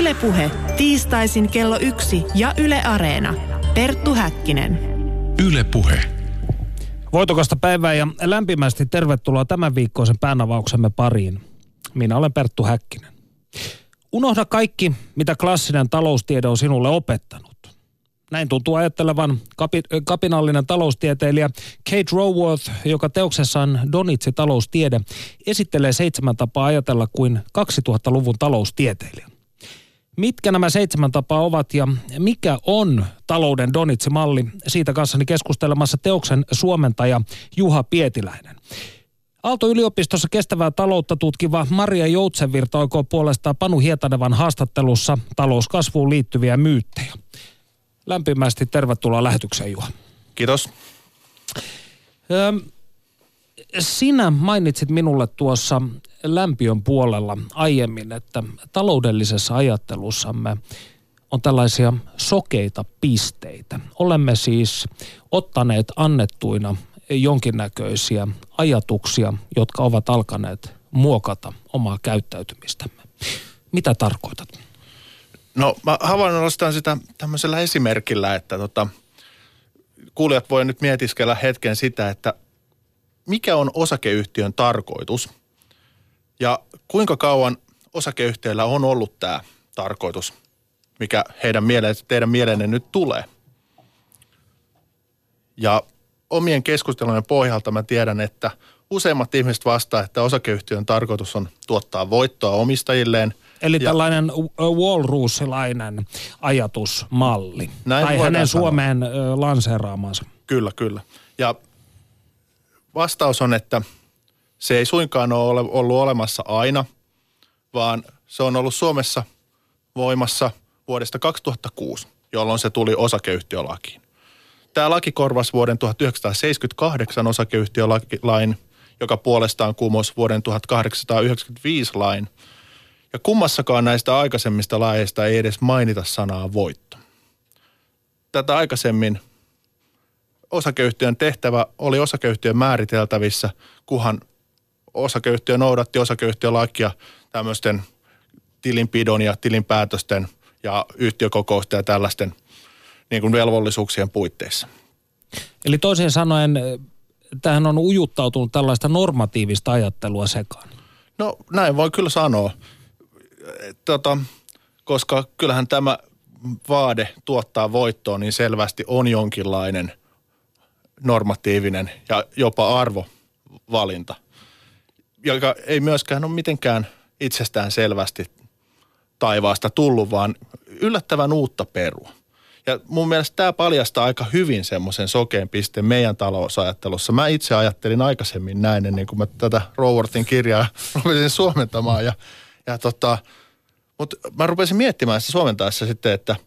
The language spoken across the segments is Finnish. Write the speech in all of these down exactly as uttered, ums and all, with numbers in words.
Yle Puhe, tiistaisin kello yksi ja Yle Areena. Perttu Häkkinen. Yle Puhe. Voitokasta päivää ja lämpimästi tervetuloa tämän viikkoisen päänavauksemme pariin. Minä olen Perttu Häkkinen. Unohda kaikki, mitä klassinen taloustiede on sinulle opettanut. Näin tuntuu ajattelevan kapi- kapinallinen taloustieteilijä Kate Raworth, joka teoksessaan Donitsi taloustiede esittelee seitsemän tapaa ajatella kuin kaksituhattaluvun taloustieteilijä. Mitkä nämä seitsemän tapaa ovat ja mikä on talouden Donitsi-malli? Siitä kanssani keskustelemassa teoksen suomentaja Juha Pietiläinen. Aalto-yliopistossa kestävää taloutta tutkiva Maria Joutsenvirta oikoo puolestaan Panu Hietanevan haastattelussa talouskasvuun liittyviä myyttejä. Lämpimästi tervetuloa lähetykseen, Juha. Kiitos. Öö, sinä mainitsit minulle tuossa lämpiön puolella aiemmin, että taloudellisessa ajattelussamme on tällaisia sokeita pisteitä. Olemme siis ottaneet annettuina jonkinnäköisiä ajatuksia, jotka ovat alkaneet muokata omaa käyttäytymistämme. Mitä tarkoitat? No mä havainnollistan sitä tämmöisellä esimerkillä, että tota, kuulijat voi nyt mietiskellä hetken sitä, että mikä on osakeyhtiön tarkoitus ja kuinka kauan osakeyhtiöillä on ollut tämä tarkoitus, mikä heidän mieleen, teidän mieleenne nyt tulee. Ja omien keskustelujen pohjalta mä tiedän, että useimmat ihmiset vastaa, että osakeyhtiön tarkoitus on tuottaa voittoa omistajilleen. Eli ja tällainen Walrusilainen ajatusmalli. Näin tai hänen Suomeen lanseeraamansa. Kyllä, kyllä. Ja vastaus on, että se ei suinkaan ole ollut olemassa aina, vaan se on ollut Suomessa voimassa vuodesta kaksituhattakuusi, jolloin se tuli osakeyhtiölakiin. Tämä laki korvasi vuoden tuhatyhdeksänsataaseitsemänkymmentäkahdeksan osakeyhtiölain, joka puolestaan kumosi vuoden tuhatkahdeksansataayhdeksänkymmentäviisi lain. Ja kummassakaan näistä aikaisemmista laeista ei edes mainita sanaa voitto. Tätä aikaisemmin osakeyhtiön tehtävä oli osakeyhtiön määriteltävissä, kunhan osakeyhtiö noudatti osakeyhtiölakia tämmöisten tilinpidon ja tilinpäätösten ja yhtiökokousten ja tällaisten niin kuin velvollisuuksien puitteissa. Eli toisin sanoen tähän on ujuttautunut tällaista normatiivista ajattelua sekaan. No näin voi kyllä sanoa, tota, koska kyllähän tämä vaade tuottaa voittoa niin selvästi on jonkinlainen normatiivinen ja jopa arvovalinta, joka ei myöskään ole mitenkään itsestään selvästi taivaasta tullut, vaan yllättävän uutta perua. Ja mun mielestä tämä paljastaa aika hyvin semmoisen sokeen pisteen meidän talousajattelussa. Mä itse ajattelin aikaisemmin näin, ennen kuin mä tätä Raworthin kirjaa rupesin suomentamaan. Ja, ja tota, mutta mä rupesin miettimään sitä suomentaessa sitten, että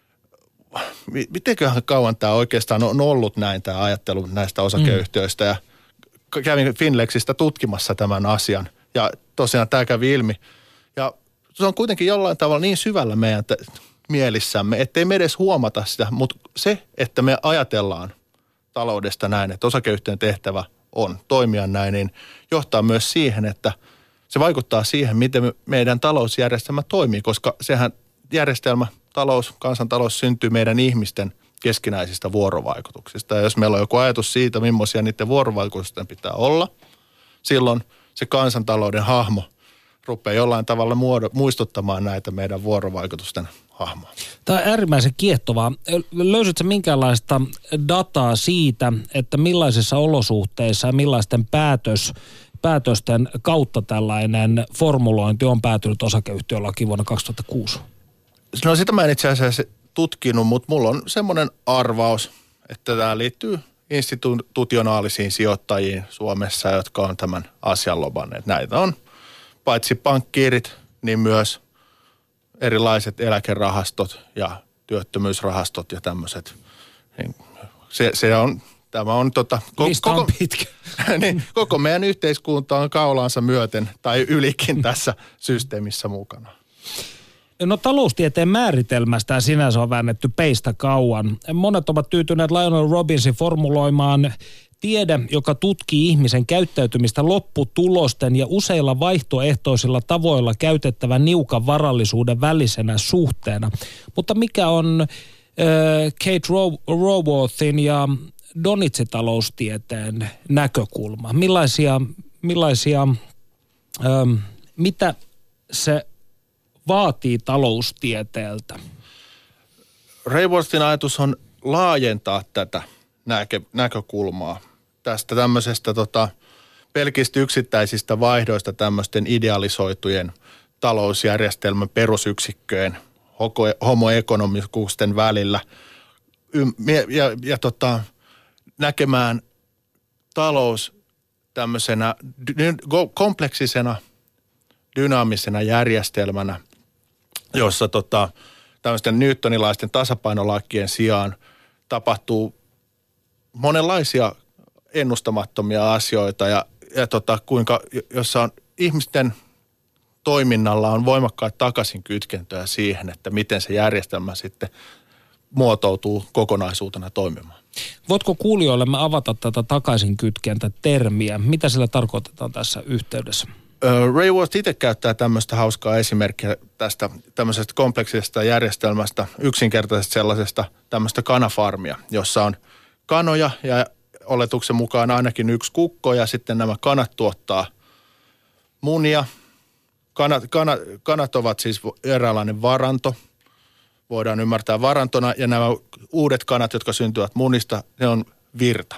mitenköhän kauan tämä oikeastaan on ollut näin, tämä ajattelu näistä osakeyhtiöistä. Ja kävin Finlexistä tutkimassa tämän asian ja tosiaan tämä kävi ilmi. Ja se on kuitenkin jollain tavalla niin syvällä meidän mielissämme, ettei me edes huomata sitä, mutta se, että me ajatellaan taloudesta näin, että osakeyhtiön tehtävä on toimia näin, niin johtaa myös siihen, että se vaikuttaa siihen, miten meidän talousjärjestelmä toimii, koska sehän järjestelmä, talous, kansantalous syntyy meidän ihmisten keskinäisistä vuorovaikutuksista. Ja jos meillä on joku ajatus siitä, millaisia niiden vuorovaikutusten pitää olla, silloin se kansantalouden hahmo rupeaa jollain tavalla muodo, muistuttamaan näitä meidän vuorovaikutusten hahmoa. Tämä on äärimmäisen kiehtovaa. Löysitkö minkälaista dataa siitä, että millaisissa olosuhteissa ja millaisten päätös, päätösten kautta tällainen formulointi on päätynyt osakeyhtiölakiin vuonna kaksituhattakuusi? No sitä mä en itse asiassa tutkinut, mutta mulla on semmoinen arvaus, että tämä liittyy institutionaalisiin sijoittajiin Suomessa, jotka on tämän asian lobanneet. Näitä on paitsi pankkiirit, niin myös erilaiset eläkerahastot ja työttömyysrahastot ja tämmöiset. Se, se on, tämä on tota... Lista on pitkä. niin, koko meidän yhteiskunta on kaulaansa myöten tai ylikin tässä systeemissä mukana. No taloustieteen määritelmästä sinänsä on väännetty peistä kauan. Monet ovat tyytyneet Lionel Robbinsin formuloimaan Tiede, joka tutkii ihmisen käyttäytymistä lopputulosten ja useilla vaihtoehtoisilla tavoilla käytettävän niukan varallisuuden välisenä suhteena. Mutta mikä on äh, Kate Raworthin ja donitsitaloustieteen näkökulma? Millaisia, millaisia ähm, mitä se vaatii taloustieteeltä? Raworthin ajatus on laajentaa tätä näkö, näkökulmaa tästä tämmöisestä tota, pelkistä yksittäisistä vaihdoista tämmöisten idealisoitujen talousjärjestelmän perusyksikköjen homoekonomikusten välillä ja, ja, ja tota, näkemään talous tämmöisenä dy, kompleksisena, dynaamisena järjestelmänä, jossa tota, tämmöisten newtonilaisten tasapainolakien sijaan tapahtuu monenlaisia ennustamattomia asioita ja, ja tota, kuinka, jossa on ihmisten toiminnalla on voimakkaat takaisinkytkentöjä siihen, että miten se järjestelmä sitten muotoutuu kokonaisuutena toimimaan. Voitko kuulijoillemme avata tätä takaisinkytkentä-termiä? Mitä sillä tarkoitetaan tässä yhteydessä? Raworth itse käyttää tämmöistä hauskaa esimerkkiä tästä tämmöisestä kompleksisesta järjestelmästä, yksinkertaisesta sellaisesta tämmöistä kanafarmia, jossa on kanoja ja oletuksen mukaan ainakin yksi kukko ja sitten nämä kanat tuottaa munia. Kanat, kanat, kanat ovat siis eräänlainen varanto, voidaan ymmärtää varantona ja nämä uudet kanat, jotka syntyvät munista, ne on virta.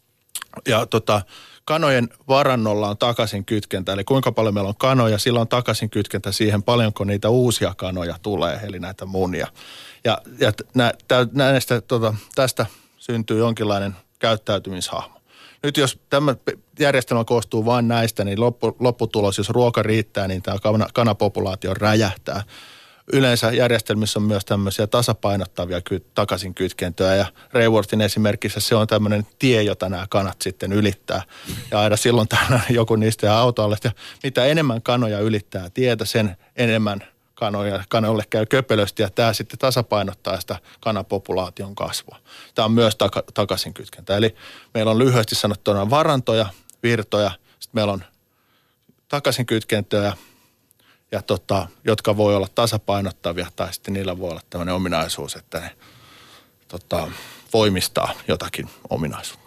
Ja tota, kanojen varannolla on takaisinkytkentä, eli kuinka paljon meillä on kanoja, sillä on takaisinkytkentä siihen, paljonko niitä uusia kanoja tulee, eli näitä munia. Ja, ja nä, tä, näistä, tota, tästä syntyy jonkinlainen käyttäytymishahmo. Nyt jos tämä järjestelmä koostuu vain näistä, niin loppu, lopputulos, jos ruoka riittää, niin tämä kanapopulaatio räjähtää. Yleensä järjestelmissä on myös tämmöisiä tasapainottavia ky- takaisinkytkentöjä ja Raworthin esimerkissä se on tämmöinen tie, jota nämä kanat sitten ylittää. Ja aina silloin täällä joku niistä ja autoalle. Ja mitä enemmän kanoja ylittää tietä, sen enemmän kanoja, kanoille käy köpelösti ja tämä sitten tasapainottaa sitä kanapopulaation kasvua. Tämä on myös taka- takaisinkytkentä. Eli meillä on lyhyesti sanottuna varantoja, virtoja, sitten meillä on takaisinkytkentöjä, ja tota, jotka voi olla tasapainottavia tai sitten niillä voi olla tämmöinen ominaisuus, että ne tota, voimistaa jotakin ominaisuutta.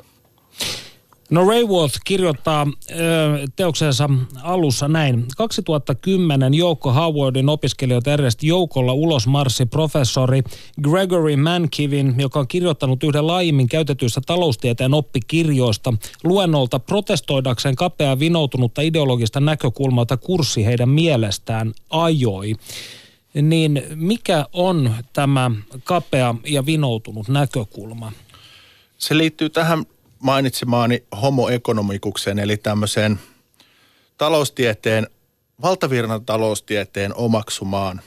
No Raworth kirjoittaa ö, teoksensa alussa näin. kaksituhattakymmenen Joukko Howardin opiskelijoita järjesti joukolla ulosmarssi professori Gregory Mankivin, joka on kirjoittanut yhden laajimmin käytetyistä taloustieteen oppikirjoista luennolta protestoidakseen kapeaa vinoutunutta ideologista näkökulmaa, jota kurssi heidän mielestään ajoi. Niin mikä on tämä kapea ja vinoutunut näkökulma? Se liittyy tähän mainitsemaani homoekonomikukseen, eli tämmöiseen taloustieteen, valtavirran taloustieteen omaksumaan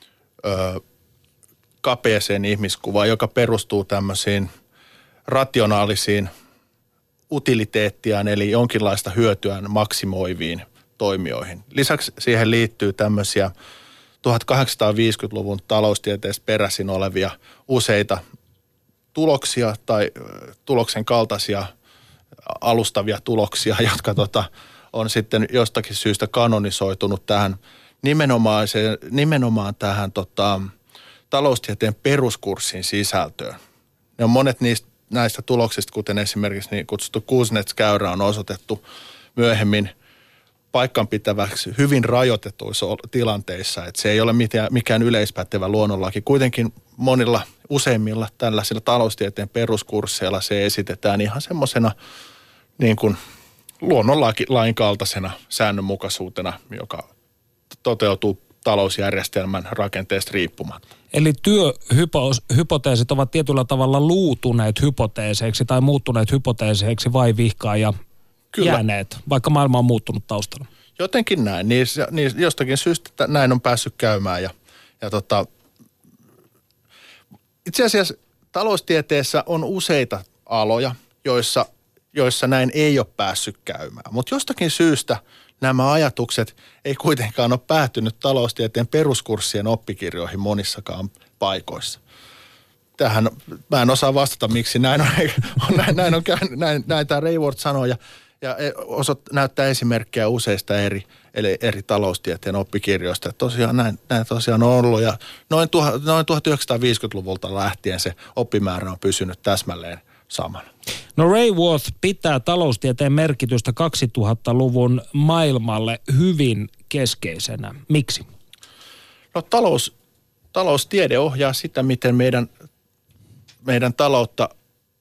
ö, kapeeseen ihmiskuvaan, joka perustuu tämmöisiin rationaalisiin utiliteettiaan, eli jonkinlaista hyötyään maksimoiviin toimijoihin. Lisäksi siihen liittyy tämmöisiä tuhatkahdeksansataaviisikymmentäluvun taloustieteessä peräisin olevia useita tuloksia tai tuloksen kaltaisia alustavia tuloksia, jotka tota, on sitten jostakin syystä kanonisoitunut tähän nimenomaan, nimenomaan tähän tota, taloustieteen peruskurssin sisältöön. Ne on monet niistä, näistä tuloksista, kuten esimerkiksi niin kutsuttu Kuznets-käyrä on osoitettu myöhemmin paikkanpitäväksi hyvin rajoitetuissa tilanteissa, että se ei ole mitään, mikään yleispätevä luonnonlaki. Kuitenkin monilla, useimmilla tällaisilla taloustieteen peruskursseilla se esitetään ihan semmoisena niin kuin luonnonlain kaltaisena säännönmukaisuutena, joka toteutuu talousjärjestelmän rakenteesta riippumatta. Eli työhypoteesit ovat tietyllä tavalla luutuneet hypoteeseiksi tai muuttuneet hypoteeseiksi vai vihkaa ja Kyllä. jääneet, vaikka maailma on muuttunut taustalla. Jotenkin näin. Niin, niin jostakin syystä näin on päässyt käymään. Ja, ja tota, itse asiassa taloustieteessä on useita aloja, joissa, joissa näin ei ole päässyt käymään. Mutta jostakin syystä nämä ajatukset ei kuitenkaan ole päätynyt taloustieteen peruskurssien oppikirjoihin monissakaan paikoissa. tähän, mä en osaa vastata, miksi näin on, näin, näin on käynyt, näin, näin tämä Ray Ward sanoo ja, ja osat, näyttää esimerkkejä useista eri, eli eri taloustieteen oppikirjoista. Tosiaan näin, näin tosiaan on ollut ja noin, tuha, noin tuhatyhdeksänsataaviisikymmentäluvulta lähtien se oppimäärä on pysynyt täsmälleen samana. No Ray Worth pitää taloustieteen merkitystä kaksituhattaluvun maailmalle hyvin keskeisenä. Miksi? No talous, taloustiede ohjaa sitä, miten meidän, meidän taloutta,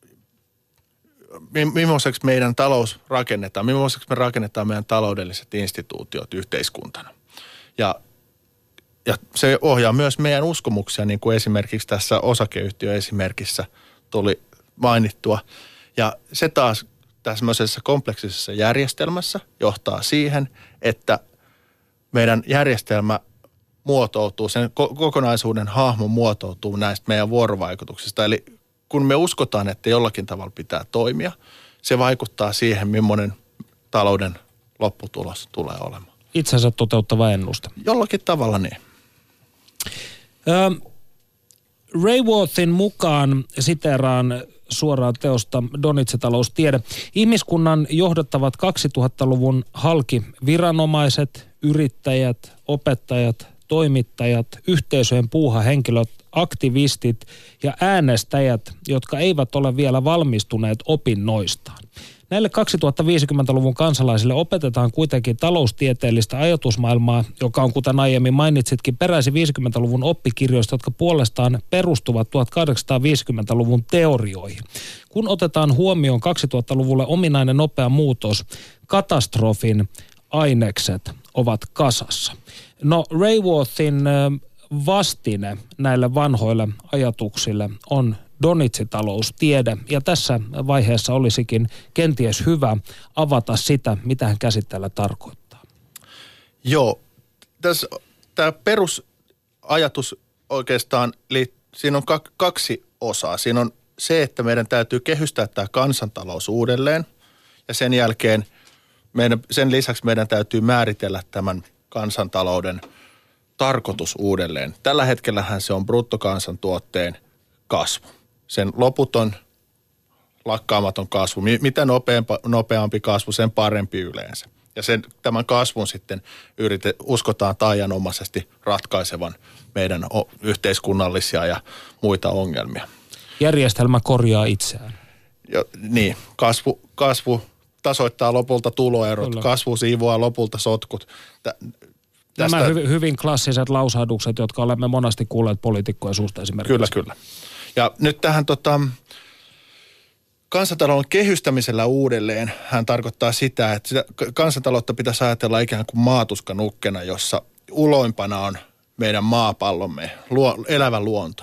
millaiseksi meidän talous rakennetaan, millaiseksi me rakennetaan meidän taloudelliset instituutiot yhteiskuntana. Ja, ja se ohjaa myös meidän uskomuksia, niin kuin esimerkiksi tässä osakeyhtiöesimerkissä tuli mainittua. Ja se taas tämmöisessä kompleksisessa järjestelmässä johtaa siihen, että meidän järjestelmä muotoutuu, sen kokonaisuuden hahmo muotoutuu näistä meidän vuorovaikutuksista. Eli kun me uskotaan, että jollakin tavalla pitää toimia, se vaikuttaa siihen, millainen talouden lopputulos tulee olemaan. Itsensä toteuttava ennuste. Jollakin tavalla niin. Ö, Ray Worthin mukaan, siteeraan suoraan teosta Donitse-taloustiede, ihmiskunnan johdattavat kaksituhattaluvun halki viranomaiset, yrittäjät, opettajat, toimittajat, yhteisöjen puuhahenkilöt, aktivistit ja äänestäjät, jotka eivät ole vielä valmistuneet opinnoistaan. Näille kaksituhattaviisikymmentäluvun kansalaisille opetetaan kuitenkin taloustieteellistä ajatusmaailmaa, joka on, kuten aiemmin mainitsitkin, peräisin viisikymmentäluvun oppikirjoista, jotka puolestaan perustuvat tuhatkahdeksansataaviisikymmentäluvun teorioihin. Kun otetaan huomioon kaksituhattaluvulle ominainen nopea muutos, katastrofin ainekset ovat kasassa. No Ray Worthin vastine näille vanhoille ajatuksille on Donitse-taloustiede, ja tässä vaiheessa olisikin kenties hyvä avata sitä, mitä hän käsitteellä tarkoittaa. Joo, tässä tämä perusajatus oikeastaan, siinä on kaksi osaa. Siinä on se, että meidän täytyy kehystää tämä kansantalous uudelleen, ja sen jälkeen meidän, sen lisäksi meidän täytyy määritellä tämän kansantalouden tarkoitus uudelleen. Tällä hetkellähän se on bruttokansantuotteen kasvu. Sen loputon, lakkaamaton kasvu. Mitä nopeampi, nopeampi kasvu, sen parempi yleensä. Ja sen, tämän kasvun sitten yrite, uskotaan taianomaisesti ratkaisevan meidän yhteiskunnallisia ja muita ongelmia. Järjestelmä korjaa itseään. Ja, niin, kasvu, kasvu tasoittaa lopulta tuloerot, Kyllä. kasvu siivoaa lopulta sotkut. Tä, Nämä tästä... hyvin, hyvin klassiset lausahdukset, jotka olemme monasti kuulleet poliitikkojen suusta esimerkiksi. Kyllä, kyllä. Ja nyt tähän tota, kansantalouden kehystämisellä uudelleen hän tarkoittaa sitä, että sitä kansantaloutta pitäisi ajatella ikään kuin maatuskanukkena, jossa uloimpana on meidän maapallomme, luo, elävä luonto,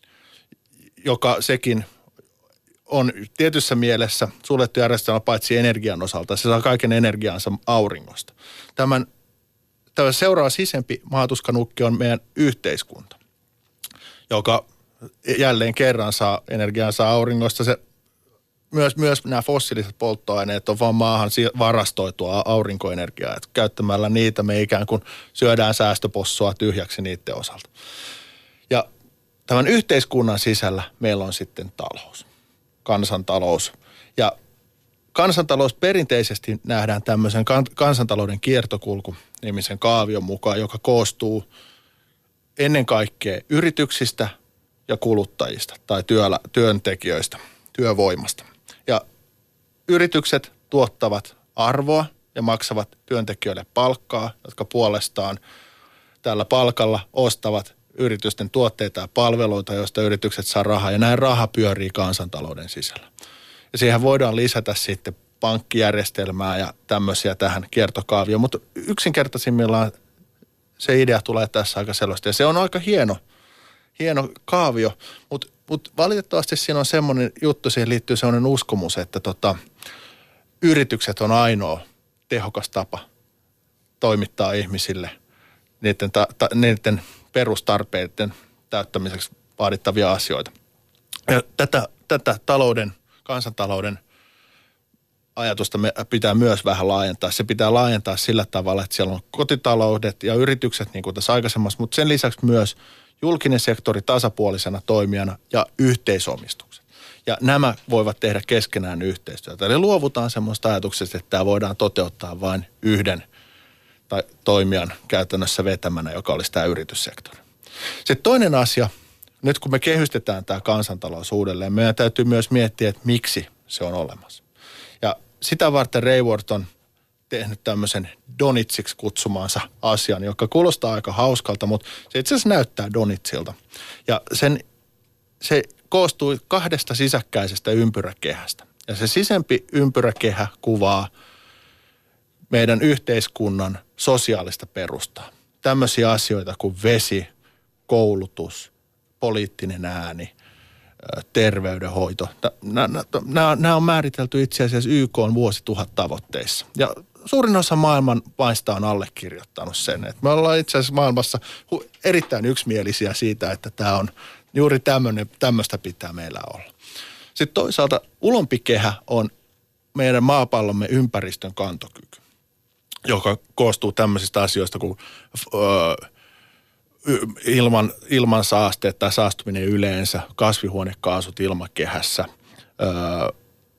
joka sekin on tietyssä mielessä suljettu järjestelmä paitsi energian osalta. Se saa kaiken energiansa auringosta. Tämän, tämä seuraava sisempi maatuskanukki on meidän yhteiskunta, joka jälleen kerran saa energiansa auringosta. Se, myös, myös nämä fossiiliset polttoaineet on vaan maahan varastoitua aurinkoenergiaa. Että käyttämällä niitä me ikään kuin syödään säästöpossua tyhjäksi niiden osalta. Ja tämän yhteiskunnan sisällä meillä on sitten talous, kansantalous. Ja kansantalous perinteisesti nähdään tämmöisen kansantalouden kiertokulku-nimisen kaavion mukaan, joka koostuu ennen kaikkea yrityksistä ja kuluttajista tai työllä, työntekijöistä, työvoimasta. Ja yritykset tuottavat arvoa ja maksavat työntekijöille palkkaa, jotka puolestaan tällä palkalla ostavat yritysten tuotteita ja palveluita, joista yritykset saa rahaa. Ja näin raha pyörii kansantalouden sisällä. Ja siihen voidaan lisätä sitten pankkijärjestelmää ja tämmöisiä tähän kiertokaavioon. Mutta yksinkertaisimmillaan se idea tulee tässä aika selvästi. Ja se on aika hieno. Hieno kaavio, mutta mut valitettavasti siinä on semmoinen juttu, siihen liittyy semmoinen uskomus, että tota, yritykset on ainoa tehokas tapa toimittaa ihmisille niiden, ta, ta, niiden perustarpeiden täyttämiseksi vaadittavia asioita. Ja tätä, tätä talouden, kansantalouden ajatusta me pitää myös vähän laajentaa. Se pitää laajentaa sillä tavalla, että siellä on kotitaloudet ja yritykset, niin kuin tässä aikaisemmassa, mutta sen lisäksi myös julkinen sektori tasapuolisena toimijana ja yhteisomistukset. Ja nämä voivat tehdä keskenään yhteistyötä. Eli luovutaan semmoista ajatuksesta, että tämä voidaan toteuttaa vain yhden tai toimijan käytännössä vetämänä, joka olisi tämä yrityssektori. Sitten toinen asia, nyt kun me kehystetään tämä kansantalous uudelleen, meidän täytyy myös miettiä, että miksi se on olemassa. Ja sitä varten Raworth on tehnyt tämmöisen donitsiksi kutsumaansa asian, joka kuulostaa aika hauskalta, mutta se itse asiassa näyttää donitsilta. Ja sen, se koostuu kahdesta sisäkkäisestä ympyräkehästä. Ja se sisempi ympyräkehä kuvaa meidän yhteiskunnan sosiaalista perustaa. Tämmöisiä asioita kuin vesi, koulutus, poliittinen ääni, terveydenhoito. Nämä on määritelty itse asiassa Y K:n vuosituhattavoitteissa. Ja suurin osa maailman maista on allekirjoittanut sen. Että me ollaan itse asiassa maailmassa erittäin yksimielisiä siitä, että tämä on juuri tämmöistä pitää meillä olla. Sitten toisaalta ulompi kehä on meidän maapallomme ympäristön kantokyky, joka koostuu tämmöisistä asioista kuin öö, ilman, ilman saasteet tai saastuminen yleensä, kasvihuonekaasut ilmakehässä, öö,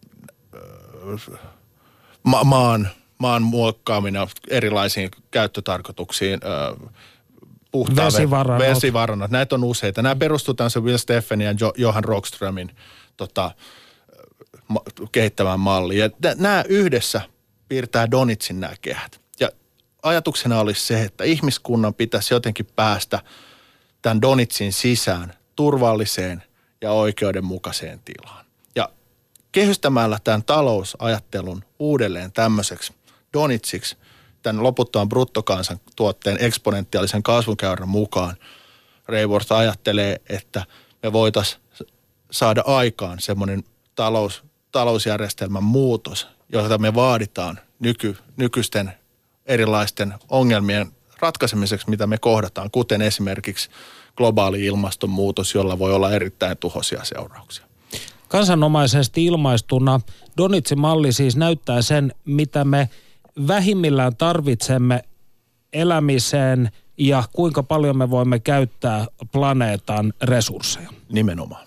ma- maan, maan muokkaaminen erilaisiin käyttötarkoituksiin, öö, puhtaan vesivarannot. vesivarannot. Näitä on useita. Nämä perustuu tämmöisen Will Steffenin ja jo- Johan Rockströmin tota, ma- kehittämään malliin. Ja nämä yhdessä piirtää Donitsin nämä kehät. Ja ajatuksena olisi se, että ihmiskunnan pitäisi jotenkin päästä tämän Donitsin sisään turvalliseen ja oikeudenmukaiseen tilaan. Ja kehystämällä tämän talousajattelun uudelleen tämmöiseksi Donitsiksi, tämän loputtoman bruttokansantuotteen eksponentiaalisen kasvukäyrän mukaan, Raworth ajattelee, että me voitaisiin saada aikaan semmoinen talous, talousjärjestelmän muutos, jota me vaaditaan nyky, nykyisten erilaisten ongelmien ratkaisemiseksi, mitä me kohdataan, kuten esimerkiksi globaali ilmastonmuutos, jolla voi olla erittäin tuhoisia seurauksia. Kansanomaisesti ilmaistuna Donitsin malli siis näyttää sen, mitä me vähimmillään tarvitsemme elämiseen ja kuinka paljon me voimme käyttää planeetan resursseja. Nimenomaan.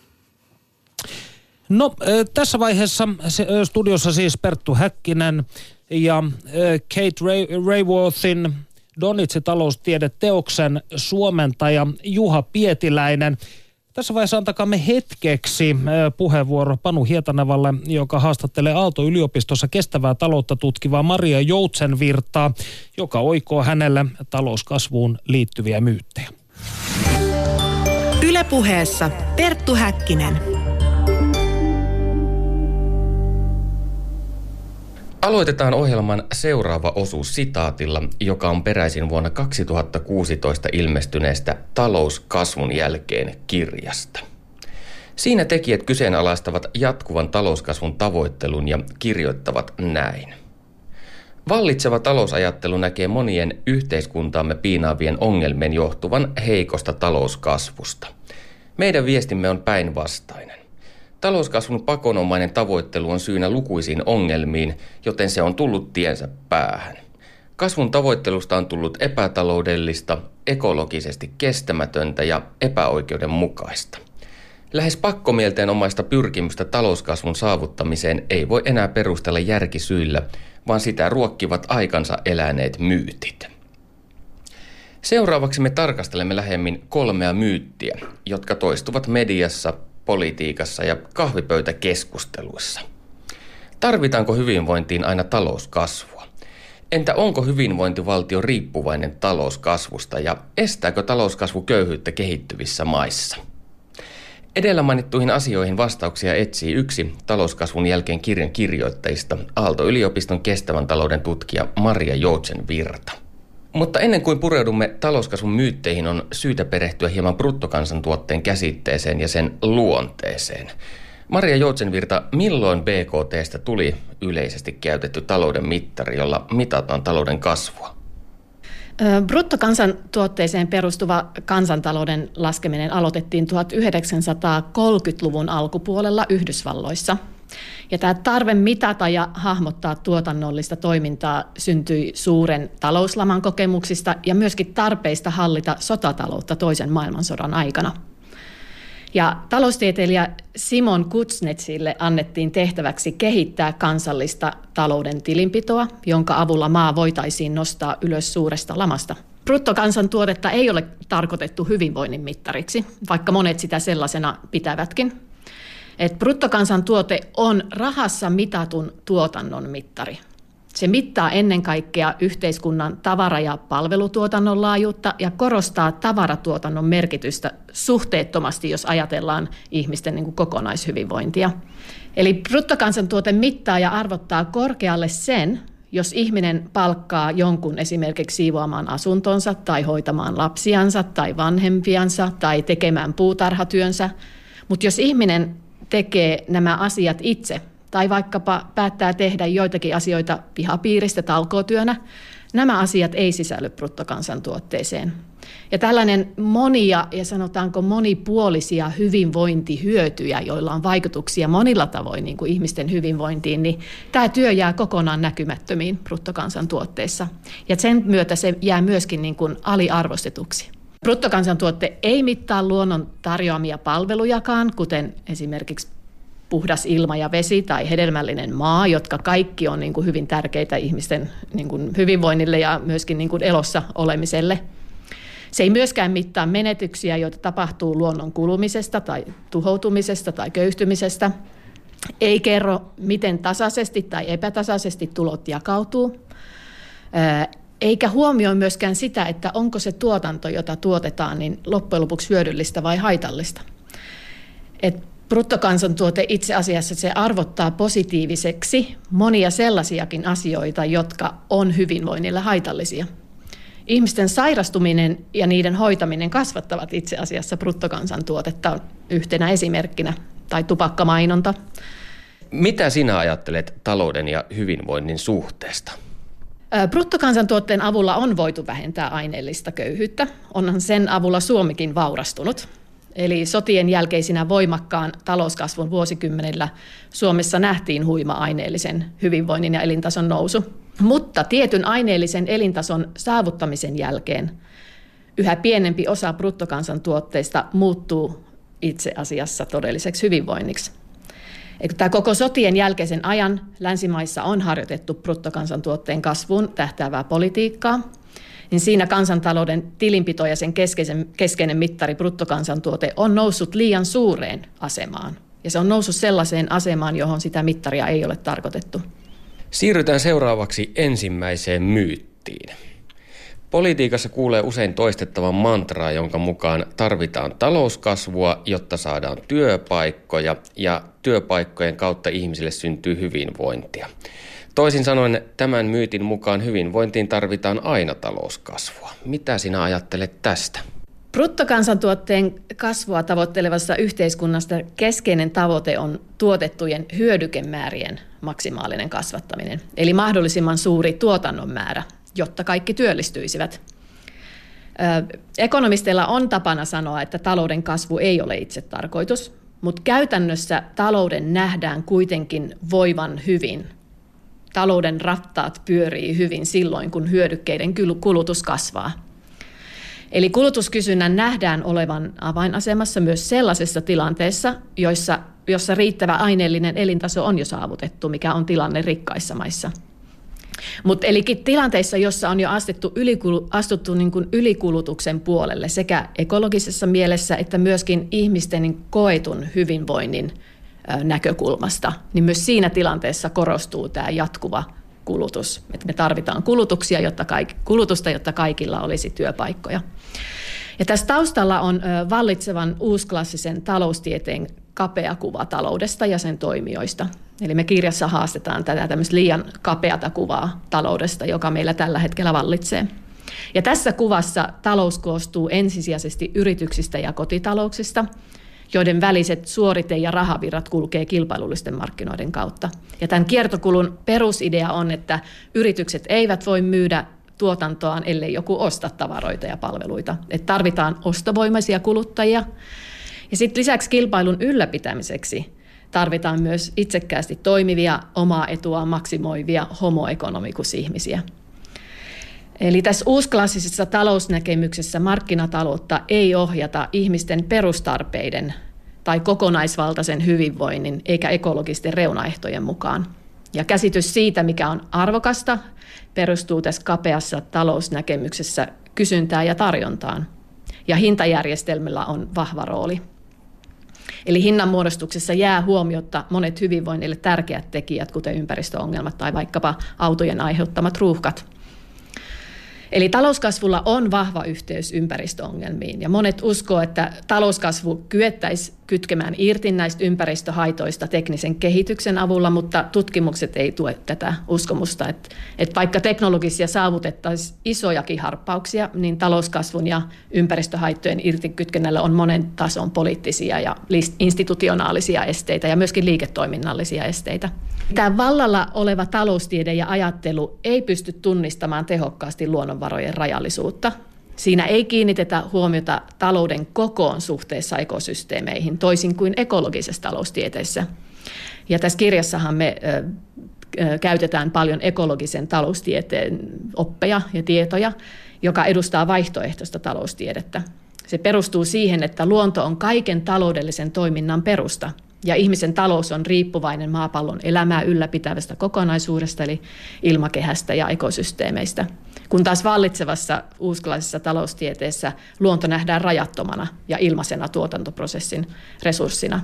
No tässä vaiheessa studiossa siis Perttu Häkkinen ja Kate Ray- Raworthin Donitsi-taloustiedeteoksen suomentaja Juha Pietiläinen. Tässä vaiheessa antakaamme hetkeksi puheenvuoro Panu Hietanevalle, joka haastattelee Aalto-yliopistossa kestävää taloutta tutkivaa Maria Joutsenvirtaa, joka oikoo hänelle talouskasvuun liittyviä myyttejä. Yle Puheessa Perttu Häkkinen. Aloitetaan ohjelman seuraava osuus sitaatilla, joka on peräisin vuonna kaksituhattakuusitoista ilmestyneestä Talouskasvun jälkeen -kirjasta. Siinä tekijät kyseenalaistavat jatkuvan talouskasvun tavoittelun ja kirjoittavat näin. Vallitseva talousajattelu näkee monien yhteiskuntaamme piinaavien ongelmien johtuvan heikosta talouskasvusta. Meidän viestimme on päinvastainen. Talouskasvun pakonomainen tavoittelu on syynä lukuisiin ongelmiin, joten se on tullut tiensä päähän. Kasvun tavoittelusta on tullut epätaloudellista, ekologisesti kestämätöntä ja epäoikeudenmukaista. Lähes pakkomielteenomaista pyrkimystä talouskasvun saavuttamiseen ei voi enää perustella järkisyillä, vaan sitä ruokkivat aikansa eläneet myytit. Seuraavaksi me tarkastelemme lähemmin kolmea myyttiä, jotka toistuvat mediassa, politiikassa ja kahvipöytäkeskusteluissa. Tarvitaanko hyvinvointiin aina talouskasvua? Entä onko hyvinvointivaltio riippuvainen talouskasvusta ja estääkö talouskasvu köyhyyttä kehittyvissä maissa? Edellä mainittuihin asioihin vastauksia etsii yksi talouskasvun jälkeen kirjan kirjoittajista, Aalto-yliopiston kestävän talouden tutkija Maria Joutsenvirta. Mutta ennen kuin pureudumme talouskasvun myytteihin, on syytä perehtyä hieman bruttokansantuotteen käsitteeseen ja sen luonteeseen. Maria Joutsenvirta, milloin B K T:stä tuli yleisesti käytetty talouden mittari, jolla mitataan talouden kasvua? Bruttokansantuotteeseen perustuva kansantalouden laskeminen aloitettiin tuhatyhdeksänsataakolmekymmentäluvun alkupuolella Yhdysvalloissa. Ja tämä tarve mitata ja hahmottaa tuotannollista toimintaa syntyi suuren talouslaman kokemuksista ja myöskin tarpeista hallita sotataloutta toisen maailmansodan aikana. Ja taloustieteilijä Simon Kuznetsille annettiin tehtäväksi kehittää kansallista talouden tilinpitoa, jonka avulla maa voitaisiin nostaa ylös suuresta lamasta. Bruttokansantuotetta ei ole tarkoitettu hyvinvoinnin mittariksi, vaikka monet sitä sellaisena pitävätkin. Et bruttokansantuote on rahassa mitatun tuotannon mittari. Se mittaa ennen kaikkea yhteiskunnan tavara- ja palvelutuotannon laajuutta ja korostaa tavaratuotannon merkitystä suhteettomasti, jos ajatellaan ihmisten niin kuin kokonaishyvinvointia. Eli bruttokansantuote mittaa ja arvottaa korkealle sen, jos ihminen palkkaa jonkun esimerkiksi siivoamaan asuntonsa tai hoitamaan lapsiansa tai vanhempiansa tai tekemään puutarhatyönsä. Mutta jos ihminen tekee nämä asiat itse tai vaikkapa päättää tehdä joitakin asioita pihapiiristä talkootyönä, nämä asiat ei sisälly bruttokansantuotteeseen. Ja tällainen monia ja sanotaanko monipuolisia hyvinvointihyötyjä, joilla on vaikutuksia monilla tavoin niin kuin ihmisten hyvinvointiin, niin tämä työ jää kokonaan näkymättömiin bruttokansantuotteessa. Ja sen myötä se jää myöskin niin kuin aliarvostetuksi. Bruttokansantuotte ei mittaa luonnon tarjoamia palvelujakaan, kuten esimerkiksi puhdas ilma ja vesi tai hedelmällinen maa, jotka kaikki on niin kuin hyvin tärkeitä ihmisten niin kuin hyvinvoinnille ja myöskin niin kuin elossa olemiselle. Se ei myöskään mittaa menetyksiä, joita tapahtuu luonnon kulumisesta tai tuhoutumisesta tai köyhtymisestä. Ei kerro, miten tasaisesti tai epätasaisesti tulot jakautuu. Eikä huomioi myöskään sitä, että onko se tuotanto, jota tuotetaan, niin loppujen lopuksi hyödyllistä vai haitallista. Et bruttokansantuote itse asiassa se arvottaa positiiviseksi monia sellaisiakin asioita, jotka on hyvinvoinnille haitallisia. Ihmisten sairastuminen ja niiden hoitaminen kasvattavat itse asiassa bruttokansantuotetta yhtenä esimerkkinä, tai tupakkamainonta. Mitä sinä ajattelet talouden ja hyvinvoinnin suhteesta? Bruttokansantuotteen avulla on voitu vähentää aineellista köyhyyttä. Onhan sen avulla Suomikin vaurastunut. Eli sotien jälkeisinä voimakkaan talouskasvun vuosikymmenillä Suomessa nähtiin huima aineellisen hyvinvoinnin ja elintason nousu. Mutta tietyn aineellisen elintason saavuttamisen jälkeen yhä pienempi osa bruttokansantuotteista muuttuu itse asiassa todelliseksi hyvinvoinniksi. Tämä koko sotien jälkeisen ajan länsimaissa on harjoitettu bruttokansantuotteen kasvuun tähtäävää politiikkaa, niin siinä kansantalouden tilinpito ja sen keskeisen, keskeinen mittari bruttokansantuote on noussut liian suureen asemaan. Ja se on noussut sellaiseen asemaan, johon sitä mittaria ei ole tarkoitettu. Siirrytään seuraavaksi ensimmäiseen myyttiin. Politiikassa kuulee usein toistettavan mantraa, jonka mukaan tarvitaan talouskasvua, jotta saadaan työpaikkoja ja työpaikkojen kautta ihmisille syntyy hyvinvointia. Toisin sanoen tämän myytin mukaan hyvinvointiin tarvitaan aina talouskasvua. Mitä sinä ajattelet tästä? Bruttokansantuotteen kasvua tavoittelevassa yhteiskunnassa keskeinen tavoite on tuotettujen hyödykemäärien maksimaalinen kasvattaminen, eli mahdollisimman suuri tuotannon määrä, jotta kaikki työllistyisivät. Ekonomisteilla on tapana sanoa, että talouden kasvu ei ole itse tarkoitus, mutta käytännössä talouden nähdään kuitenkin voivan hyvin. Talouden rattaat pyörii hyvin silloin, kun hyödykkeiden kulutus kasvaa. Eli kulutuskysynnän nähdään olevan avainasemassa myös sellaisessa tilanteessa, joissa, jossa riittävä aineellinen elintaso on jo saavutettu, mikä on tilanne rikkaissa maissa. Mutta eli tilanteissa, jossa on jo astettu ylikulu, astuttu niin kuin ylikulutuksen puolelle sekä ekologisessa mielessä että myöskin ihmisten niin koetun hyvinvoinnin ö, näkökulmasta, niin myös siinä tilanteessa korostuu tämä jatkuva kulutus. Että me tarvitaan kulutuksia, jotta kaikki, kulutusta, jotta kaikilla olisi työpaikkoja. Ja tässä taustalla on ö, vallitsevan uusklassisen taloustieteen kapea kuva taloudesta ja sen toimijoista. Eli me kirjassa haastetaan tätä tämmöistä liian kapeata kuvaa taloudesta, joka meillä tällä hetkellä vallitsee. Ja tässä kuvassa talous koostuu ensisijaisesti yrityksistä ja kotitalouksista, joiden väliset suorite- ja rahavirrat kulkee kilpailullisten markkinoiden kautta. Ja tämän kiertokulun perusidea on, että yritykset eivät voi myydä tuotantoaan, ellei joku osta tavaroita ja palveluita. Että tarvitaan ostovoimaisia kuluttajia. Ja sitten lisäksi kilpailun ylläpitämiseksi tarvitaan myös itsekkäästi toimivia, omaa etua maksimoivia homo economicus-ihmisiä. Eli tässä uusklassisessa talousnäkemyksessä markkinataloutta ei ohjata ihmisten perustarpeiden tai kokonaisvaltaisen hyvinvoinnin eikä ekologisten reunaehtojen mukaan. Ja käsitys siitä, mikä on arvokasta, perustuu tässä kapeassa talousnäkemyksessä kysyntään ja tarjontaan. Ja hintajärjestelmällä on vahva rooli. Eli hinnanmuodostuksessa jää huomiotta monet hyvinvoinnille tärkeät tekijät, kuten ympäristöongelmat tai vaikkapa autojen aiheuttamat ruuhkat. Eli talouskasvulla on vahva yhteys ympäristöongelmiin ja monet uskoo, että talouskasvu kyettäisiin kytkemään irti näistä ympäristöhaitoista teknisen kehityksen avulla, mutta tutkimukset ei tue tätä uskomusta, että, että vaikka teknologisia saavutettaisiin isojakin harppauksia, niin talouskasvun ja ympäristöhaittojen irtikytkennällä on monen tason poliittisia ja institutionaalisia esteitä ja myöskin liiketoiminnallisia esteitä. Tämä vallalla oleva taloustiede ja ajattelu ei pysty tunnistamaan tehokkaasti luonnonvarojen rajallisuutta. Siinä ei kiinnitetä huomiota talouden kokoon suhteessa ekosysteemeihin, toisin kuin ekologisessa taloustieteessä. Ja tässä kirjassahan me ö, ö, käytetään paljon ekologisen taloustieteen oppeja ja tietoja, joka edustaa vaihtoehtoista taloustiedettä. Se perustuu siihen, että luonto on kaiken taloudellisen toiminnan perusta, ja ihmisen talous on riippuvainen maapallon elämää ylläpitävästä kokonaisuudesta, eli ilmakehästä ja ekosysteemeistä. Kun taas vallitsevassa uusklassisessa taloustieteessä luonto nähdään rajattomana ja ilmaisena tuotantoprosessin resurssina.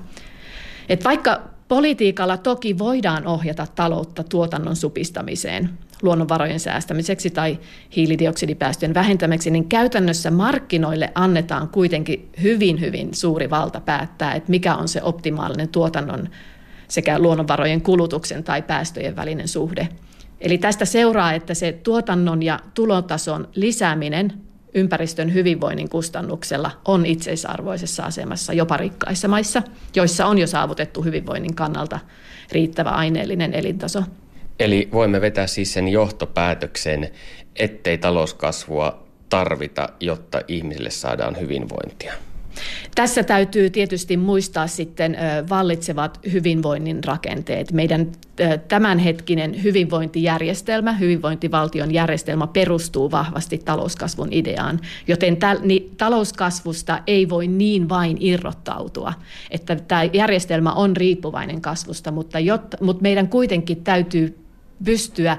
Et vaikka politiikalla toki voidaan ohjata taloutta tuotannon supistamiseen, luonnonvarojen säästämiseksi tai hiilidioksidipäästöjen vähentämiseksi, niin käytännössä markkinoille annetaan kuitenkin hyvin, hyvin suuri valta päättää, että mikä on se optimaalinen tuotannon sekä luonnonvarojen kulutuksen tai päästöjen välinen suhde. Eli tästä seuraa, että se tuotannon ja tulotason lisääminen ympäristön hyvinvoinnin kustannuksella on itseisarvoisessa asemassa jopa rikkaissa maissa, joissa on jo saavutettu hyvinvoinnin kannalta riittävä aineellinen elintaso. Eli voimme vetää siis sen johtopäätöksen, ettei talouskasvua tarvita, jotta ihmisille saadaan hyvinvointia. Tässä täytyy tietysti muistaa sitten vallitsevat hyvinvoinnin rakenteet. Meidän tämänhetkinen hyvinvointijärjestelmä, hyvinvointivaltion järjestelmä perustuu vahvasti talouskasvun ideaan, joten talouskasvusta ei voi niin vain irrottautua, että tämä järjestelmä on riippuvainen kasvusta, mutta, jotta, mutta meidän kuitenkin täytyy pystyä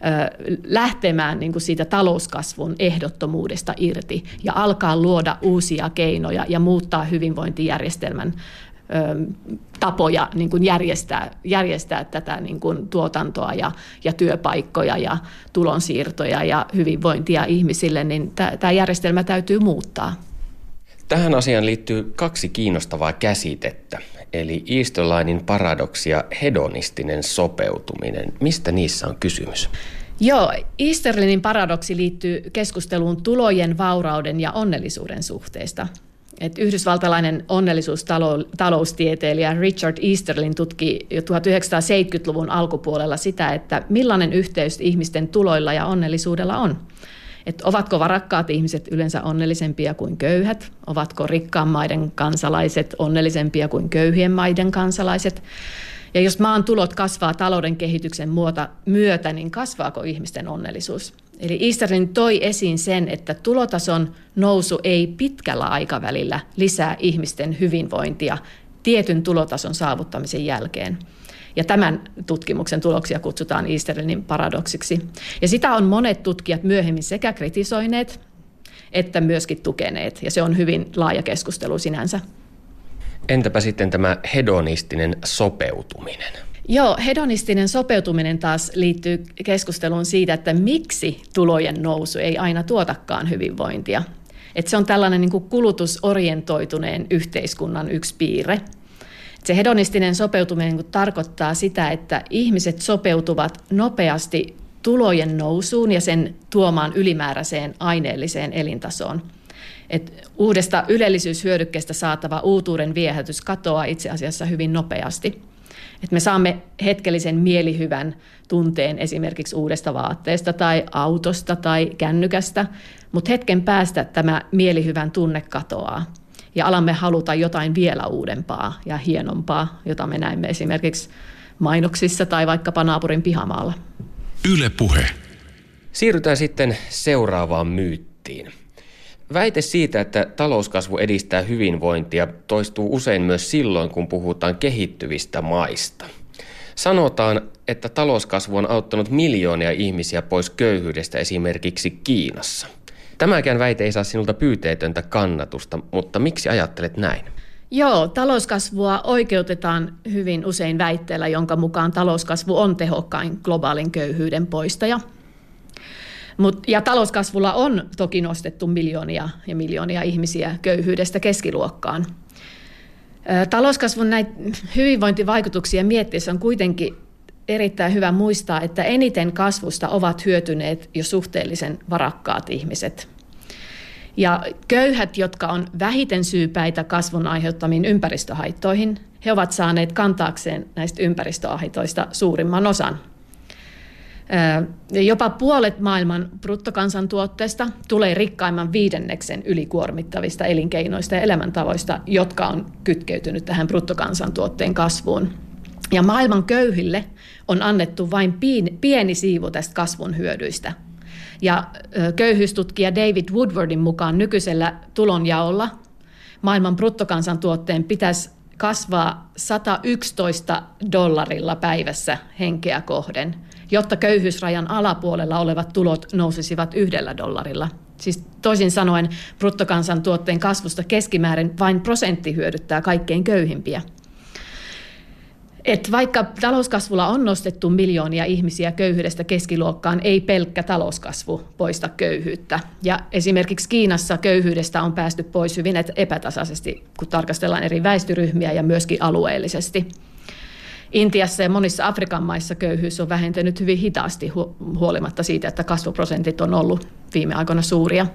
ö, lähtemään niin kuin siitä talouskasvun ehdottomuudesta irti ja alkaa luoda uusia keinoja ja muuttaa hyvinvointijärjestelmän ö, tapoja niin kuin järjestää, järjestää tätä niin kuin tuotantoa ja, ja työpaikkoja ja tulonsiirtoja ja hyvinvointia ihmisille, niin tämä järjestelmä täytyy muuttaa. Tähän asiaan liittyy kaksi kiinnostavaa käsitettä, eli Easterlinin paradoksi ja hedonistinen sopeutuminen. Mistä niissä on kysymys? Joo, Easterlinin paradoksi liittyy keskusteluun tulojen, vaurauden ja onnellisuuden suhteista. Et yhdysvaltalainen onnellisuustaloustieteilijä Richard Easterlin tutki jo tuhatyhdeksänsataaseitsemänkymmentäluvun alkupuolella sitä, että millainen yhteys ihmisten tuloilla ja onnellisuudella on. Että ovatko varakkaat ihmiset yleensä onnellisempia kuin köyhät? Ovatko rikkaan maiden kansalaiset onnellisempia kuin köyhien maiden kansalaiset? Ja jos maan tulot kasvaa talouden kehityksen myötä, niin kasvaako ihmisten onnellisuus? Eli Easterlin toi esiin sen, että tulotason nousu ei pitkällä aikavälillä lisää ihmisten hyvinvointia tietyn tulotason saavuttamisen jälkeen. Ja tämän tutkimuksen tuloksia kutsutaan Easterlinin paradoksiksi. Ja sitä on monet tutkijat myöhemmin sekä kritisoineet että myöskin tukeneet. Ja se on hyvin laaja keskustelu sinänsä. Entäpä sitten tämä hedonistinen sopeutuminen? Joo, hedonistinen sopeutuminen taas liittyy keskusteluun siitä, että miksi tulojen nousu ei aina tuotakaan hyvinvointia. Että se on tällainen niin kuin kulutusorientoituneen yhteiskunnan yksi piirre. Se hedonistinen sopeutuminen tarkoittaa sitä, että ihmiset sopeutuvat nopeasti tulojen nousuun ja sen tuomaan ylimääräiseen aineelliseen elintasoon. Et uudesta ylellisyyshyödykkeestä saatava uutuuden viehätys katoaa itse asiassa hyvin nopeasti. Et me saamme hetkellisen mielihyvän tunteen esimerkiksi uudesta vaatteesta tai autosta tai kännykästä, mutta hetken päästä tämä mielihyvän tunne katoaa. ja alamme haluta jotain vielä uudempaa ja hienompaa, jota me näemme esimerkiksi mainoksissa tai vaikkapa naapurin pihamaalla. Yle Puhe. Siirrytään sitten seuraavaan myyttiin. Väite siitä, että talouskasvu edistää hyvinvointia, toistuu usein myös silloin, kun puhutaan kehittyvistä maista. Sanotaan, että talouskasvu on auttanut miljoonia ihmisiä pois köyhyydestä esimerkiksi Kiinassa. Tämäkään väite ei saa sinulta pyyteetöntä kannatusta, mutta miksi ajattelet näin? Joo, talouskasvua oikeutetaan hyvin usein väitteellä, jonka mukaan talouskasvu on tehokkain globaalin köyhyyden poistaja. Mut, ja talouskasvulla on toki nostettu miljoonia ja miljoonia ihmisiä köyhyydestä keskiluokkaan. Talouskasvun näitä hyvinvointivaikutuksia miettiessä on kuitenkin erittäin hyvä muistaa, että eniten kasvusta ovat hyötyneet jo suhteellisen varakkaat ihmiset. Ja köyhät, jotka on vähiten syypäitä kasvun aiheuttamiin ympäristöhaittoihin, he ovat saaneet kantaakseen näistä ympäristöhaitoista suurimman osan. Jopa puolet maailman bruttokansantuotteesta tulee rikkaimman viidenneksen ylikuormittavista elinkeinoista ja elämäntavoista, jotka on kytkeytynyt tähän bruttokansantuotteen kasvuun. Ja maailman köyhille on annettu vain pieni siivu tästä kasvun hyödyistä. Ja köyhyystutkija David Woodwardin mukaan nykyisellä tulonjaolla maailman bruttokansantuotteen pitäisi kasvaa sata yksitoista dollarilla päivässä henkeä kohden, jotta köyhyysrajan alapuolella olevat tulot nousisivat yhdellä dollarilla. Siis toisin sanoen bruttokansantuotteen kasvusta keskimäärin vain prosentti hyödyttää kaikkein köyhimpiä. Et vaikka talouskasvulla on nostettu miljoonia ihmisiä köyhyydestä keskiluokkaan, ei pelkkä talouskasvu poista köyhyyttä. Ja esimerkiksi Kiinassa köyhyydestä on päästy pois hyvin epätasaisesti, kun tarkastellaan eri väestöryhmiä ja myöskin alueellisesti. Intiassa ja monissa Afrikan maissa köyhyys on vähentynyt hyvin hitaasti huolimatta siitä, että kasvuprosentit on ollut viime aikoina suuria.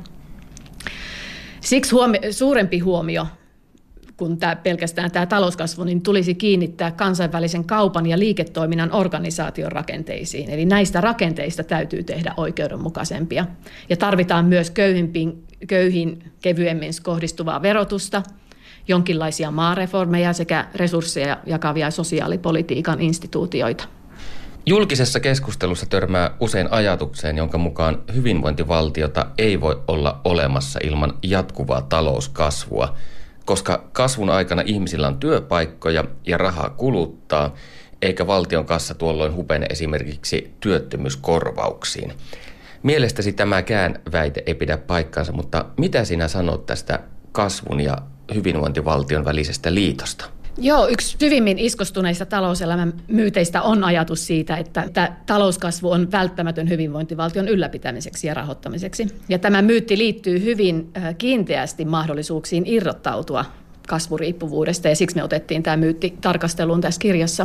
Siksi huomio, suurempi huomio kun tämä, pelkästään tämä talouskasvu, niin tulisi kiinnittää kansainvälisen kaupan ja liiketoiminnan organisaation rakenteisiin. Eli näistä rakenteista täytyy tehdä oikeudenmukaisempia. Ja tarvitaan myös köyhimpiin, köyhiin kevyemmin kohdistuvaa verotusta, jonkinlaisia maareformeja sekä resursseja jakavia sosiaalipolitiikan instituutioita. Julkisessa keskustelussa törmää usein ajatukseen, jonka mukaan hyvinvointivaltiota ei voi olla olemassa ilman jatkuvaa talouskasvua, koska kasvun aikana ihmisillä on työpaikkoja ja rahaa kuluttaa, eikä valtion kassa tuolloin hupene esimerkiksi työttömyyskorvauksiin. Mielestäsi tämäkään väite ei pidä paikkaansa, mutta mitä sinä sanot tästä kasvun ja hyvinvointivaltion välisestä liitosta? Joo, yksi syvimmin iskostuneista talouselämän myyteistä on ajatus siitä, että, että talouskasvu on välttämätön hyvinvointivaltion ylläpitämiseksi ja rahoittamiseksi. Ja tämä myytti liittyy hyvin kiinteästi mahdollisuuksiin irrottautua kasvuriippuvuudesta, ja siksi me otettiin tämä myytti tarkasteluun tässä kirjassa.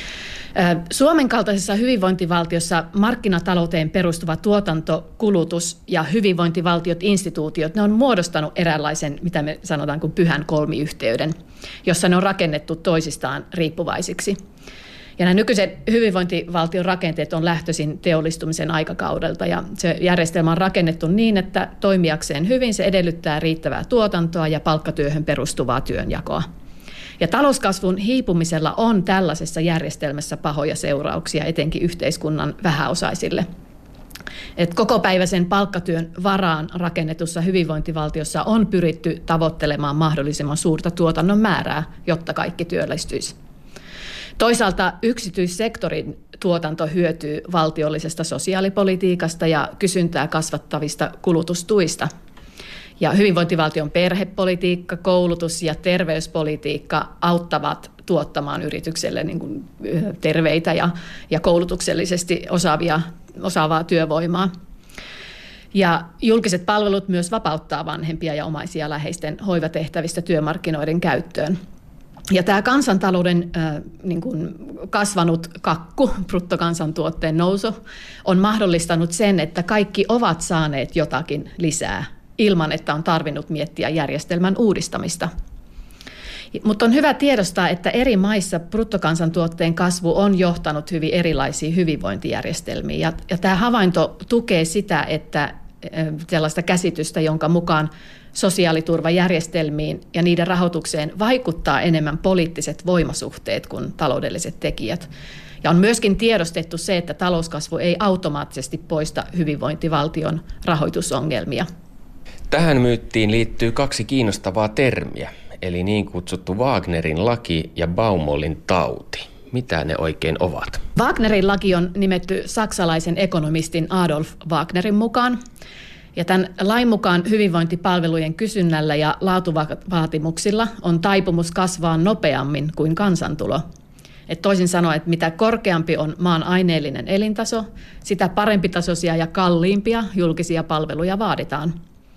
Suomen kaltaisessa hyvinvointivaltiossa markkinatalouteen perustuva tuotanto, kulutus ja hyvinvointivaltiot, instituutiot, ne on muodostanut eräänlaisen, mitä me sanotaan kuin pyhän kolmiyhteyden, jossa ne on rakennettu toisistaan riippuvaisiksi. Ja nämä nykyiset hyvinvointivaltion rakenteet on lähtöisin teollistumisen aikakaudelta, ja se järjestelmä on rakennettu niin, että toimijakseen hyvin se edellyttää riittävää tuotantoa ja palkkatyöhön perustuvaa työnjakoa. Ja talouskasvun hiipumisella on tällaisessa järjestelmässä pahoja seurauksia, etenkin yhteiskunnan vähäosaisille. Et kokopäiväisen palkkatyön varaan rakennetussa hyvinvointivaltiossa on pyritty tavoittelemaan mahdollisimman suurta tuotannon määrää, jotta kaikki työllistyisi. Toisaalta yksityissektorin tuotanto hyötyy valtiollisesta sosiaalipolitiikasta ja kysyntää kasvattavista kulutustuista. Ja hyvinvointivaltion perhepolitiikka, koulutus ja terveyspolitiikka auttavat tuottamaan yritykselle niin kuin terveitä ja, ja koulutuksellisesti osaavia, osaavaa työvoimaa. Ja julkiset palvelut myös vapauttaa vanhempia ja omaisia läheisten hoivatehtävistä työmarkkinoiden käyttöön. Ja tämä kansantalouden äh, niin kuin kasvanut kakku, bruttokansantuotteen nousu, on mahdollistanut sen, että kaikki ovat saaneet jotakin lisää ilman, että on tarvinnut miettiä järjestelmän uudistamista. Mutta on hyvä tiedostaa, että eri maissa bruttokansantuotteen kasvu on johtanut hyvin erilaisiin hyvinvointijärjestelmiin. Ja, ja tämä havainto tukee sitä, että sellaista käsitystä, jonka mukaan sosiaaliturvajärjestelmiin ja niiden rahoitukseen vaikuttaa enemmän poliittiset voimasuhteet kuin taloudelliset tekijät. Ja on myöskin tiedostettu se, että talouskasvu ei automaattisesti poista hyvinvointivaltion rahoitusongelmia. Tähän myyttiin liittyy kaksi kiinnostavaa termiä, eli niin kutsuttu Wagnerin laki ja Baumolin tauti. Mitä ne oikein ovat? Wagnerin laki on nimetty saksalaisen ekonomistin Adolf Wagnerin mukaan. Ja tämän lain mukaan hyvinvointipalvelujen kysynnällä ja laatuvaatimuksilla on taipumus kasvaa nopeammin kuin kansantulo. Et toisin sanoen, että mitä korkeampi on maan aineellinen elintaso, sitä parempitasoisia ja kalliimpia julkisia palveluja vaaditaan.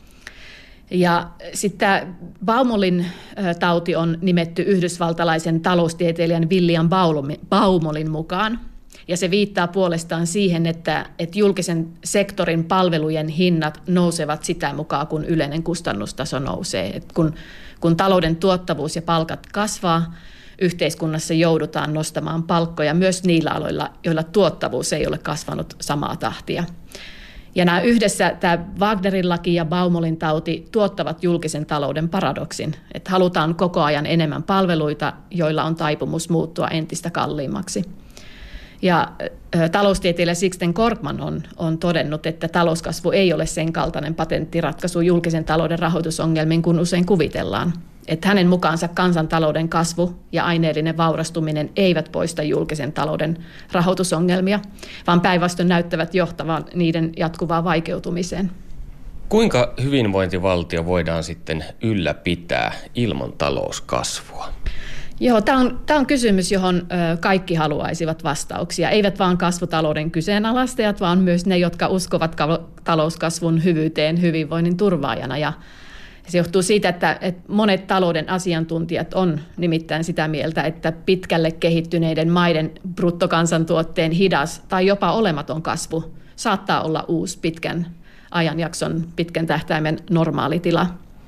Ja sitten Baumolin tauti on nimetty yhdysvaltalaisen taloustieteilijän William Baumolin mukaan. Ja se viittaa puolestaan siihen, että, että julkisen sektorin palvelujen hinnat nousevat sitä mukaan, kun yleinen kustannustaso nousee. Et kun, kun talouden tuottavuus ja palkat kasvaa, yhteiskunnassa joudutaan nostamaan palkkoja myös niillä aloilla, joilla tuottavuus ei ole kasvanut samaa tahtia. Ja nämä yhdessä, tämä Wagnerin laki ja Baumolin tauti, tuottavat julkisen talouden paradoksin, että halutaan koko ajan enemmän palveluita, joilla on taipumus muuttua entistä kalliimmaksi. Ja ä, taloustieteilijä Sixten Korkman on, on todennut, että talouskasvu ei ole sen kaltainen patenttiratkaisu julkisen talouden rahoitusongelmiin kuin usein kuvitellaan. Että hänen mukaansa kansantalouden kasvu ja aineellinen vaurastuminen eivät poista julkisen talouden rahoitusongelmia, vaan päinvastoin näyttävät johtavan niiden jatkuvaan vaikeutumiseen. Kuinka hyvinvointivaltio voidaan sitten ylläpitää ilman talouskasvua? Joo, tämä on, tämä on kysymys, johon ö, kaikki haluaisivat vastauksia. Eivät vain kasvutalouden kyseenalaistajat, vaan myös ne, jotka uskovat talouskasvun hyvyyteen hyvinvoinnin turvaajana. Ja se johtuu siitä, että, että monet talouden asiantuntijat on nimittäin sitä mieltä, että pitkälle kehittyneiden maiden bruttokansantuotteen hidas tai jopa olematon kasvu saattaa olla uusi pitkän ajanjakson, pitkän tähtäimen normaalitila.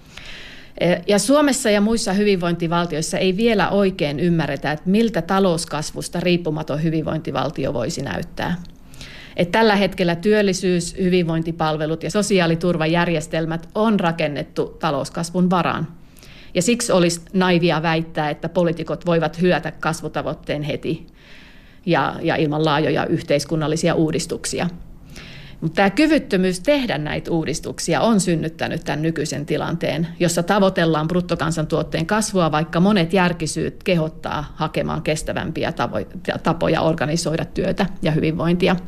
Ja Suomessa ja muissa hyvinvointivaltioissa ei vielä oikein ymmärretä, että miltä talouskasvusta riippumaton hyvinvointivaltio voisi näyttää. Että tällä hetkellä työllisyys, hyvinvointipalvelut ja sosiaaliturvajärjestelmät on rakennettu talouskasvun varaan. Ja siksi olisi naivia väittää, että poliitikot voivat hyötä kasvutavoitteen heti ja, ja ilman laajoja yhteiskunnallisia uudistuksia. Mutta tämä kyvyttömyys tehdä näitä uudistuksia on synnyttänyt tämän nykyisen tilanteen, jossa tavoitellaan bruttokansantuotteen kasvua, vaikka monet järkisyyt kehottaa hakemaan kestävämpiä tapoja organisoida työtä ja hyvinvointia.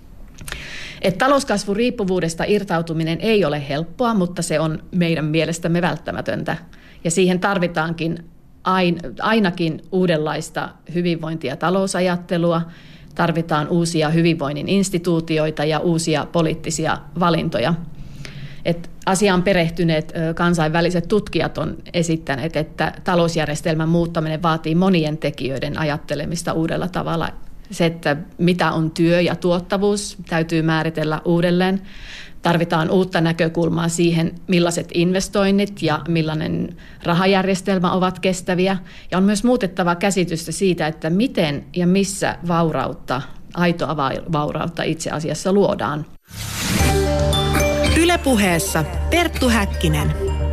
Et talouskasvun riippuvuudesta irtautuminen ei ole helppoa, mutta se on meidän mielestämme välttämätöntä. Ja siihen tarvitaankin ainakin uudenlaista hyvinvointi- ja talousajattelua, tarvitaan uusia hyvinvoinnin instituutioita ja uusia poliittisia valintoja. Et asiaan perehtyneet kansainväliset tutkijat on esittäneet, että talousjärjestelmän muuttaminen vaatii monien tekijöiden ajattelemista uudella tavalla. Se, että mitä on työ ja tuottavuus, täytyy määritellä uudelleen. Tarvitaan uutta näkökulmaa siihen, millaiset investoinnit ja millainen rahajärjestelmä ovat kestäviä. Ja on myös muutettava käsitystä siitä, että miten ja missä vaurautta, aitoa vaurautta itse asiassa luodaan. Yle Puheessa Perttu Häkkinen.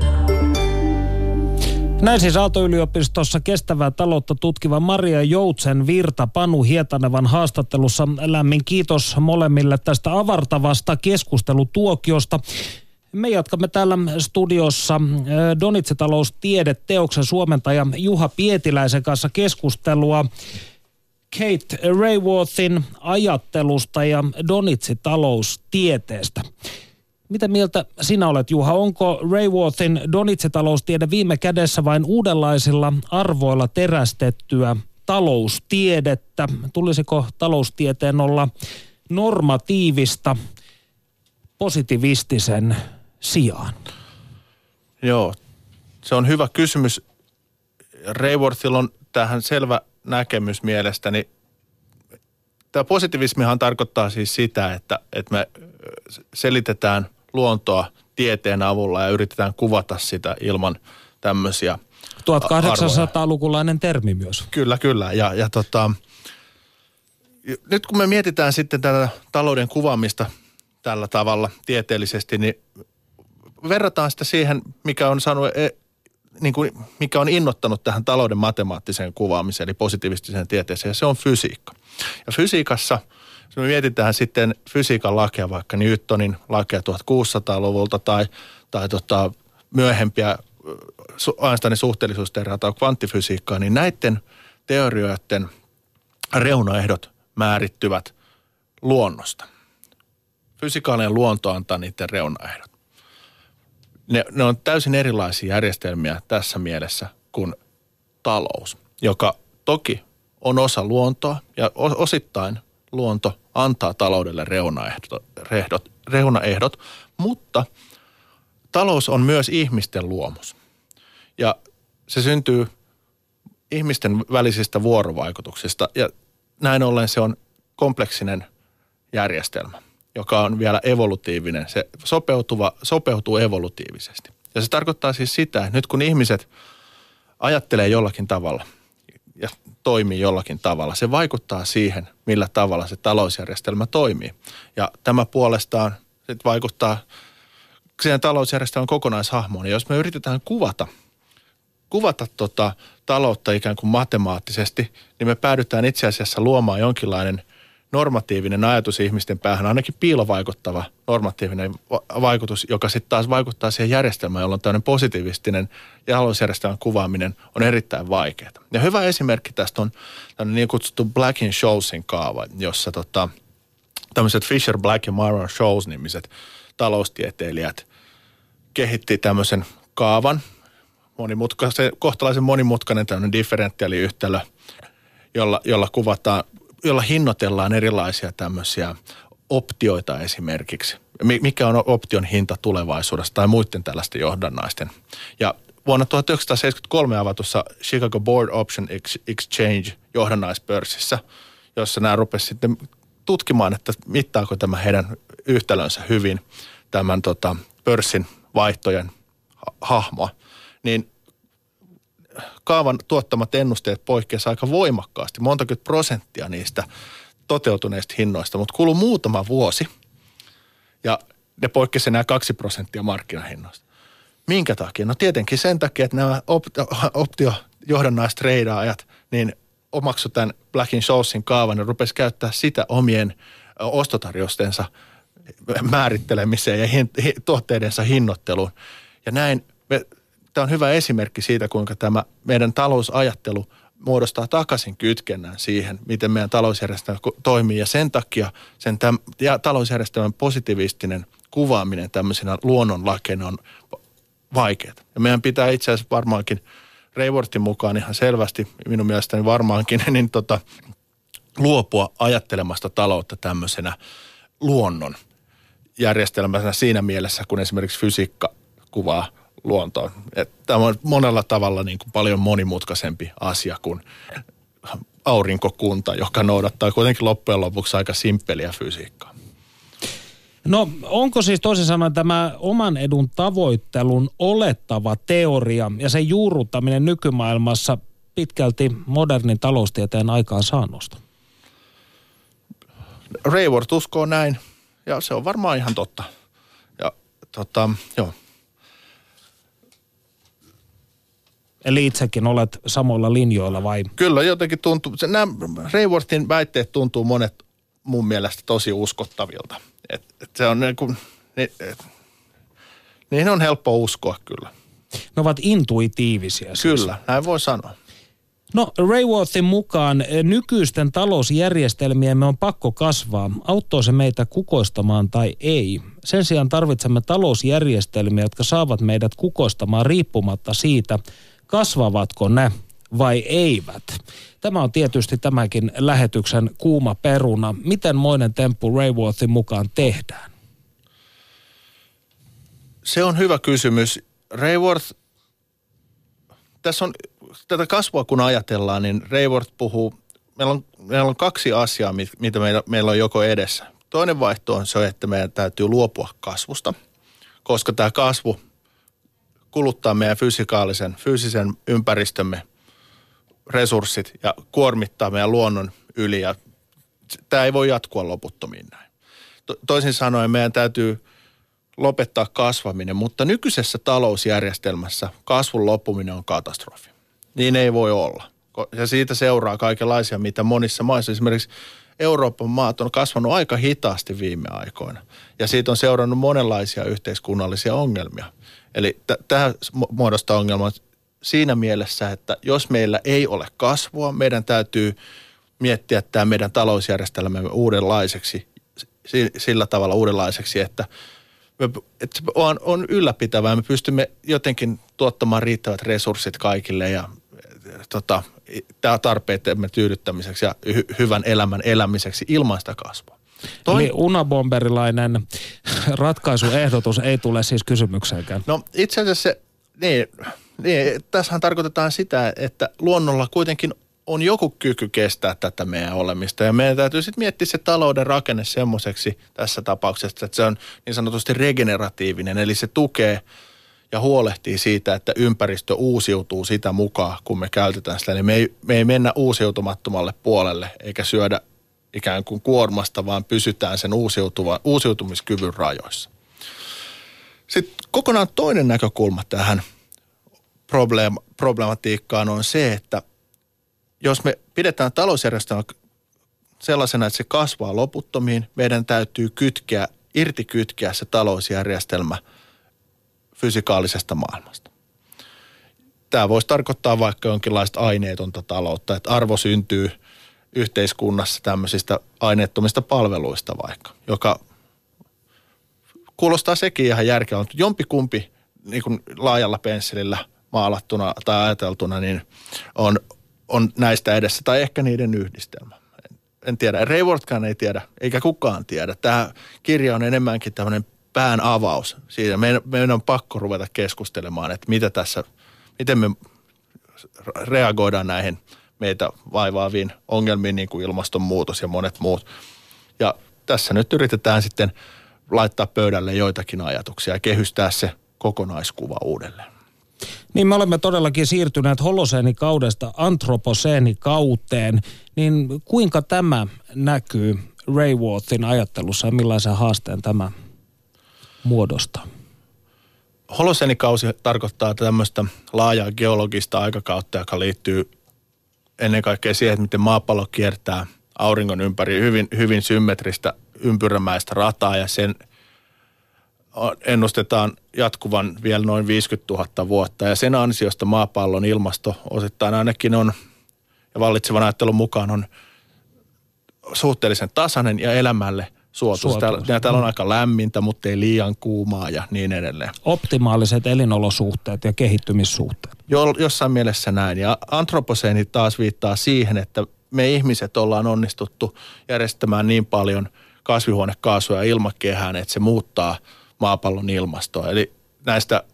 Näin siis Aalto-yliopistossa kestävää taloutta tutkiva Maria Joutsen-Virta Panu Hietanevan haastattelussa. Lämmin kiitos molemmille tästä avartavasta keskustelutuokiosta. Me jatkamme täällä studiossa Donitse-taloustiedeteoksen suomentaja Juha Pietiläisen kanssa keskustelua Kate Raworthin ajattelusta ja Donitse-taloustieteestä. Mitä mieltä sinä olet, Juha? Onko Raworthin Donitse-taloustiede viime kädessä vain uudenlaisilla arvoilla terästettyä taloustiedettä? Tulisiko taloustieteen olla normatiivista positivistisen sijaan? Joo, se on hyvä kysymys. Raworthilla on tähän selvä näkemys mielestäni. Tämä positivismihan tarkoittaa siis sitä, että, että me selitetään luontoa tieteen avulla ja yritetään kuvata sitä ilman tämmöisiä tuhatkahdeksansataalukulainen termi myös. Kyllä, kyllä. Ja, ja tota, nyt kun me mietitään sitten tätä talouden kuvaamista tällä tavalla tieteellisesti, niin verrataan sitä siihen, mikä on saanut, niin kuin, mikä on innottanut tähän talouden matemaattiseen kuvaamiseen, eli positiivistiseen tieteeseen, ja se on fysiikka. Ja fysiikassa, jos me mietitään sitten fysiikan lakeja, vaikka Newtonin lakeja tuhatkuusisataaluvulta tai, tai tota, myöhempiä Einsteinin suhteellisuusteoriaa tai kvanttifysiikkaa, niin näiden teorioiden reunaehdot määrittyvät luonnosta. Fysikaalinen luonto antaa niiden reunaehdot. Ne, ne on täysin erilaisia järjestelmiä tässä mielessä kuin talous, joka toki on osa luontoa ja osittain luonto antaa taloudelle reunaehdot, rehdot, reunaehdot, mutta talous on myös ihmisten luomus. Ja se syntyy ihmisten välisistä vuorovaikutuksista ja näin ollen se on kompleksinen järjestelmä, joka on vielä evolutiivinen. Se sopeutuva, sopeutuu evolutiivisesti. Ja se tarkoittaa siis sitä, että nyt kun ihmiset ajattelee jollakin tavalla ja toimii jollakin tavalla, se vaikuttaa siihen, millä tavalla se talousjärjestelmä toimii. Ja tämä puolestaan sit vaikuttaa siihen talousjärjestelmän kokonaishahmoon. Ja jos me yritetään kuvata, kuvata tota taloutta ikään kuin matemaattisesti, niin me päädytään itse asiassa luomaan jonkinlainen normatiivinen ajatus ihmisten päähän, ainakin piilovaikuttava normatiivinen vaikutus, joka sitten taas vaikuttaa siihen järjestelmään, jolloin tämmöinen positiivistinen talousjärjestelmän kuvaaminen on erittäin vaikeaa. Ja hyvä esimerkki tästä on tämmöinen niin kutsuttu Black-Scholesin kaava, jossa tota, tämmöiset Fisher, Black ja Maron-Scholes-nimiset taloustieteilijät kehitti tämmöisen kaavan, monimutkaisen, kohtalaisen monimutkainen tämmöinen differentiaaliyhtälö, jolla, jolla kuvataan, jolla hinnoitellaan erilaisia tämmöisiä optioita esimerkiksi. Mikä on option hinta tulevaisuudessa tai muiden tällaisten johdannaisten. Ja vuonna tuhatyhdeksänsataaseitsemänkymmentäkolme avatussa Chicago Board Option Exchange johdannaispörssissä, jossa nämä rupesivat sitten tutkimaan, että mittaako tämä heidän yhtälönsä hyvin tämän tota, pörssin vaihtojen hahmoa, niin kaavan tuottamat ennusteet poikkeasivat aika voimakkaasti, montakymmentä prosenttia niistä toteutuneista hinnoista, mutta kului muutama vuosi ja ne poikkesivat enää kaksi prosenttia markkinahinnoista. Minkä takia? No tietenkin sen takia, että nämä optiojohdannaistrейdaajat niin omaksu tämän Black-Scholesin kaavan ja rupesi käyttää sitä omien ostotarjoustensa määrittelemiseen ja hin, hi, tuotteidensa hinnoitteluun. Ja näin, me, tämä on hyvä esimerkki siitä, kuinka tämä meidän talousajattelu muodostaa takaisin kytkennän siihen, miten meidän talousjärjestelmä toimii. Ja sen takia sen täm, ja talousjärjestelmän positiivistinen kuvaaminen tämmöisenä luonnonlakeina on vaikeaa. Ja meidän pitää itse asiassa varmaankin Rayworthin mukaan ihan selvästi, minun mielestäni varmaankin, niin tota, luopua ajattelemasta taloutta tämmöisenä luonnon järjestelmänä siinä mielessä, kun esimerkiksi fysiikka kuvaa luontoon. Tämä on monella tavalla niin kuin paljon monimutkaisempi asia kuin aurinkokunta, joka noudattaa kuitenkin loppujen lopuksi aika simppeliä fysiikkaa. No onko siis toisin sanoen tämä oman edun tavoittelun olettava teoria ja sen juurruttaminen nykymaailmassa pitkälti modernin taloustieteen aikaansaannosta? Raworth uskoo näin ja se on varmaan ihan totta. Ja tota, joo. Eli itsekin olet samoilla linjoilla vai? Kyllä, jotenkin tuntuu. Nämä Rayworthin väitteet tuntuu monet mun mielestä tosi uskottavilta. Et, et se on niin kuin, ni, et, niihin on helppo uskoa kyllä. Ne ovat intuitiivisia siis. Kyllä, näin voi sanoa. No Rayworthin mukaan nykyisten talousjärjestelmiemme on pakko kasvaa. Auttoo se meitä kukoistamaan tai ei? Sen sijaan tarvitsemme talousjärjestelmiä, jotka saavat meidät kukoistamaan riippumatta siitä, kasvavatko ne vai eivät. Tämä on tietysti tämänkin lähetyksen kuuma peruna. Miten moinen temppu Rayworthin mukaan tehdään? Se on hyvä kysymys. Rayworth, tässä on, tätä kasvua kun ajatellaan, niin Rayworth puhuu, meillä on, meillä on kaksi asiaa, mitä meillä, meillä on joko edessä. Toinen vaihtoehto on se, että meidän täytyy luopua kasvusta, koska tämä kasvu kuluttaa meidän fysikaalisen, fyysisen ympäristömme resurssit ja kuormittaa meidän luonnon yli ja tämä ei voi jatkua loputtomiin näin. To- toisin sanoen meidän täytyy lopettaa kasvaminen, mutta nykyisessä talousjärjestelmässä kasvun loppuminen on katastrofi. Niin ei voi olla. Ja siitä seuraa kaikenlaisia, mitä monissa maissa, esimerkiksi Euroopan maat on kasvanut aika hitaasti viime aikoina. Ja siitä on seurannut monenlaisia yhteiskunnallisia ongelmia. Eli t- tämä muodostaa ongelman siinä mielessä, että jos meillä ei ole kasvua, meidän täytyy miettiä tämä meidän talousjärjestelmämme uudenlaiseksi, sillä tavalla uudenlaiseksi, että, me, että se on, on ylläpitävää. Me pystymme jotenkin tuottamaan riittävät resurssit kaikille ja tota, tämä tarpeitemme tyydyttämiseksi ja hy- hyvän elämän elämiseksi ilman sitä kasvua. Toi... Eli unabomberilainen ratkaisuehdotus ei tule siis kysymykseenkään. No itse asiassa se, niin, niin, tässähän tarkoitetaan sitä, että luonnolla kuitenkin on joku kyky kestää tätä meidän olemista. Ja meidän täytyy sitten miettiä se talouden rakenne semmoiseksi tässä tapauksessa, että se on niin sanotusti regeneratiivinen, eli se tukee ja huolehtii siitä, että ympäristö uusiutuu sitä mukaan, kun me käytetään sitä. Eli me ei, me ei mennä uusiutumattomalle puolelle eikä syödä ikään kuin kuormasta, vaan pysytään sen uusiutuvan, uusiutumiskyvyn rajoissa. Sitten kokonaan toinen näkökulma tähän probleem, problematiikkaan on se, että jos me pidetään talousjärjestelmä sellaisena, että se kasvaa loputtomiin, meidän täytyy kytkeä, irti kytkeä se talousjärjestelmä fysikaalisesta maailmasta. Tämä voisi tarkoittaa vaikka jonkinlaista aineetonta taloutta, että arvo syntyy yhteiskunnassa tämmöisistä aineettomista palveluista vaikka, joka kuulostaa sekin ihan järkevää, mutta jompikumpi niin kuin laajalla pensselillä maalattuna tai ajateltuna niin on, on näistä edessä tai ehkä niiden yhdistelmä. En, en tiedä, Raworthkaan ei tiedä, eikä kukaan tiedä. Tämä kirja on enemmänkin tämmöinen pään avaus. Siitä meidän, meidän on pakko ruveta keskustelemaan, että mitä tässä, miten me reagoidaan näihin meitä vaivaaviin ongelmiin, niin kuin ilmastonmuutos ja monet muut. Ja tässä nyt yritetään sitten laittaa pöydälle joitakin ajatuksia ja kehystää se kokonaiskuva uudelleen. Niin me olemme todellakin siirtyneet holoseenikaudesta antroposeenikauteen, niin kuinka tämä näkyy Raworthin ajattelussa ja millaisen haasteen tämä muodostaa? Holoseenikausi tarkoittaa tämmöistä laajaa geologista aikakautta, joka liittyy ennen kaikkea siihen, että miten maapallo kiertää auringon ympäri hyvin, hyvin symmetristä ympyrämäistä rataa ja sen ennustetaan jatkuvan vielä noin viisikymmentätuhatta vuotta ja sen ansiosta maapallon ilmasto osittain ainakin on ja vallitsevan ajattelun mukaan on suhteellisen tasainen ja elämälle suotuisa. Täällä, täällä on aika lämmintä, mutta ei liian kuumaa ja niin edelleen. Optimaaliset elinolosuhteet ja kehittymissuhteet. Jo, jossain mielessä näin. Ja antroposeeni taas viittaa siihen, että me ihmiset ollaan onnistuttu järjestämään niin paljon kasvihuonekaasuja ilmakehään, että se muuttaa maapallon ilmastoa. Eli näistä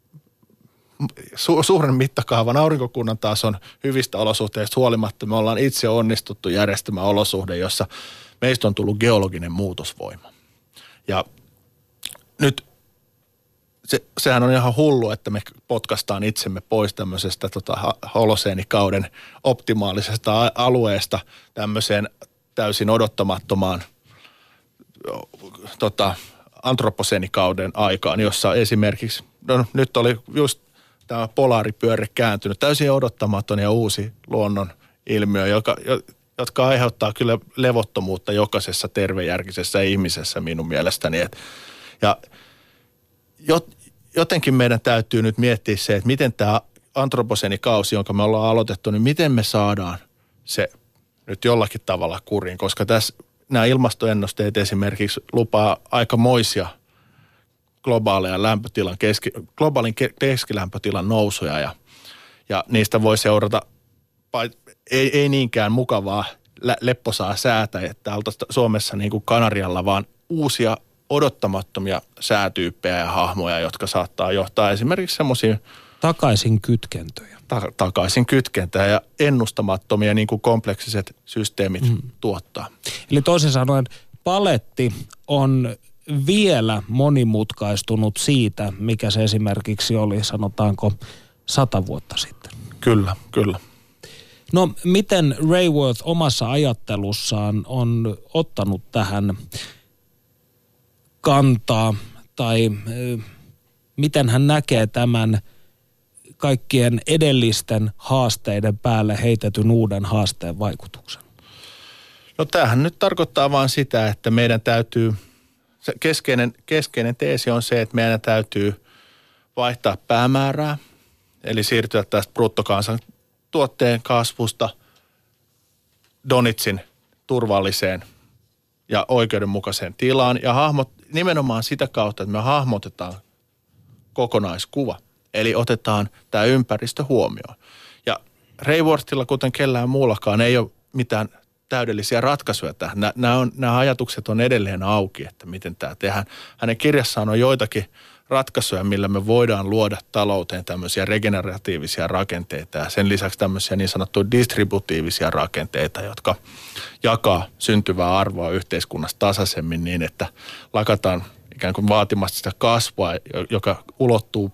su- suuren mittakaavan aurinkokunnan taas on hyvistä olosuhteista huolimatta. Me ollaan itse onnistuttu järjestämään olosuhde, jossa meistä on tullut geologinen muutosvoima. Ja nyt se, sehän on ihan hullu, että me potkastaan itsemme pois tämmöisestä tota, holoseenikauden optimaalisesta alueesta tämmöiseen täysin odottamattomaan tota, antroposeenikauden aikaan, jossa esimerkiksi, no nyt oli just tämä polaaripyörre kääntynyt, täysin odottamaton ja uusi luonnon ilmiö, joka, jotka aiheuttaa kyllä levottomuutta jokaisessa tervejärkisessä ihmisessä minun mielestäni. Et, ja jotenkin meidän täytyy nyt miettiä se, että miten tämä antroposeenikausi, jonka me ollaan aloitettu, niin miten me saadaan se nyt jollakin tavalla kuriin, koska tässä nämä ilmastoennusteet esimerkiksi lupaa aikamoisia globaaleja lämpötilan keski, globaalin keskilämpötilan nousuja ja, ja niistä voi seurata ei, ei niinkään mukavaa lepposaa säätä, että oltaisiin Suomessa niin kuin Kanarialla, vaan uusia odottamattomia säätyyppejä ja hahmoja, jotka saattaa johtaa esimerkiksi semmoisiin takaisin kytkentöjä. Ta- takaisin kytkentöjä ja ennustamattomia niin kuin kompleksiset systeemit mm. tuottaa. Eli toisin sanoen paletti on vielä monimutkaistunut siitä, mikä se esimerkiksi oli, sanotaanko, sata vuotta sitten. Kyllä, kyllä. No miten Raworth omassa ajattelussaan on ottanut tähän kantaa tai miten hän näkee tämän kaikkien edellisten haasteiden päälle heitetyn uuden haasteen vaikutuksen? No tämähän nyt tarkoittaa vaan sitä, että meidän täytyy, se keskeinen, keskeinen teesi on se, että meidän täytyy vaihtaa päämäärää, eli siirtyä tästä bruttokansantuotteen kasvusta Donitsin turvalliseen ja oikeudenmukaiseen tilaan ja hahmot, nimenomaan sitä kautta, että me hahmotetaan kokonaiskuva. Eli otetaan tämä ympäristö huomioon. Ja Raworthilla, kuten kellään muullakaan, ei ole mitään täydellisiä ratkaisuja tähän. Nämä, nämä, on, nämä ajatukset on edelleen auki, että miten tämä tehdään. Hänen kirjassaan on joitakin ratkaisuja, millä me voidaan luoda talouteen tämmöisiä regeneratiivisia rakenteita ja sen lisäksi tämmöisiä niin sanottuja distributiivisia rakenteita, jotka jakaa syntyvää arvoa yhteiskunnassa tasaisemmin niin, että lakataan ikään kuin vaatimasta sitä kasvua, joka ulottuu,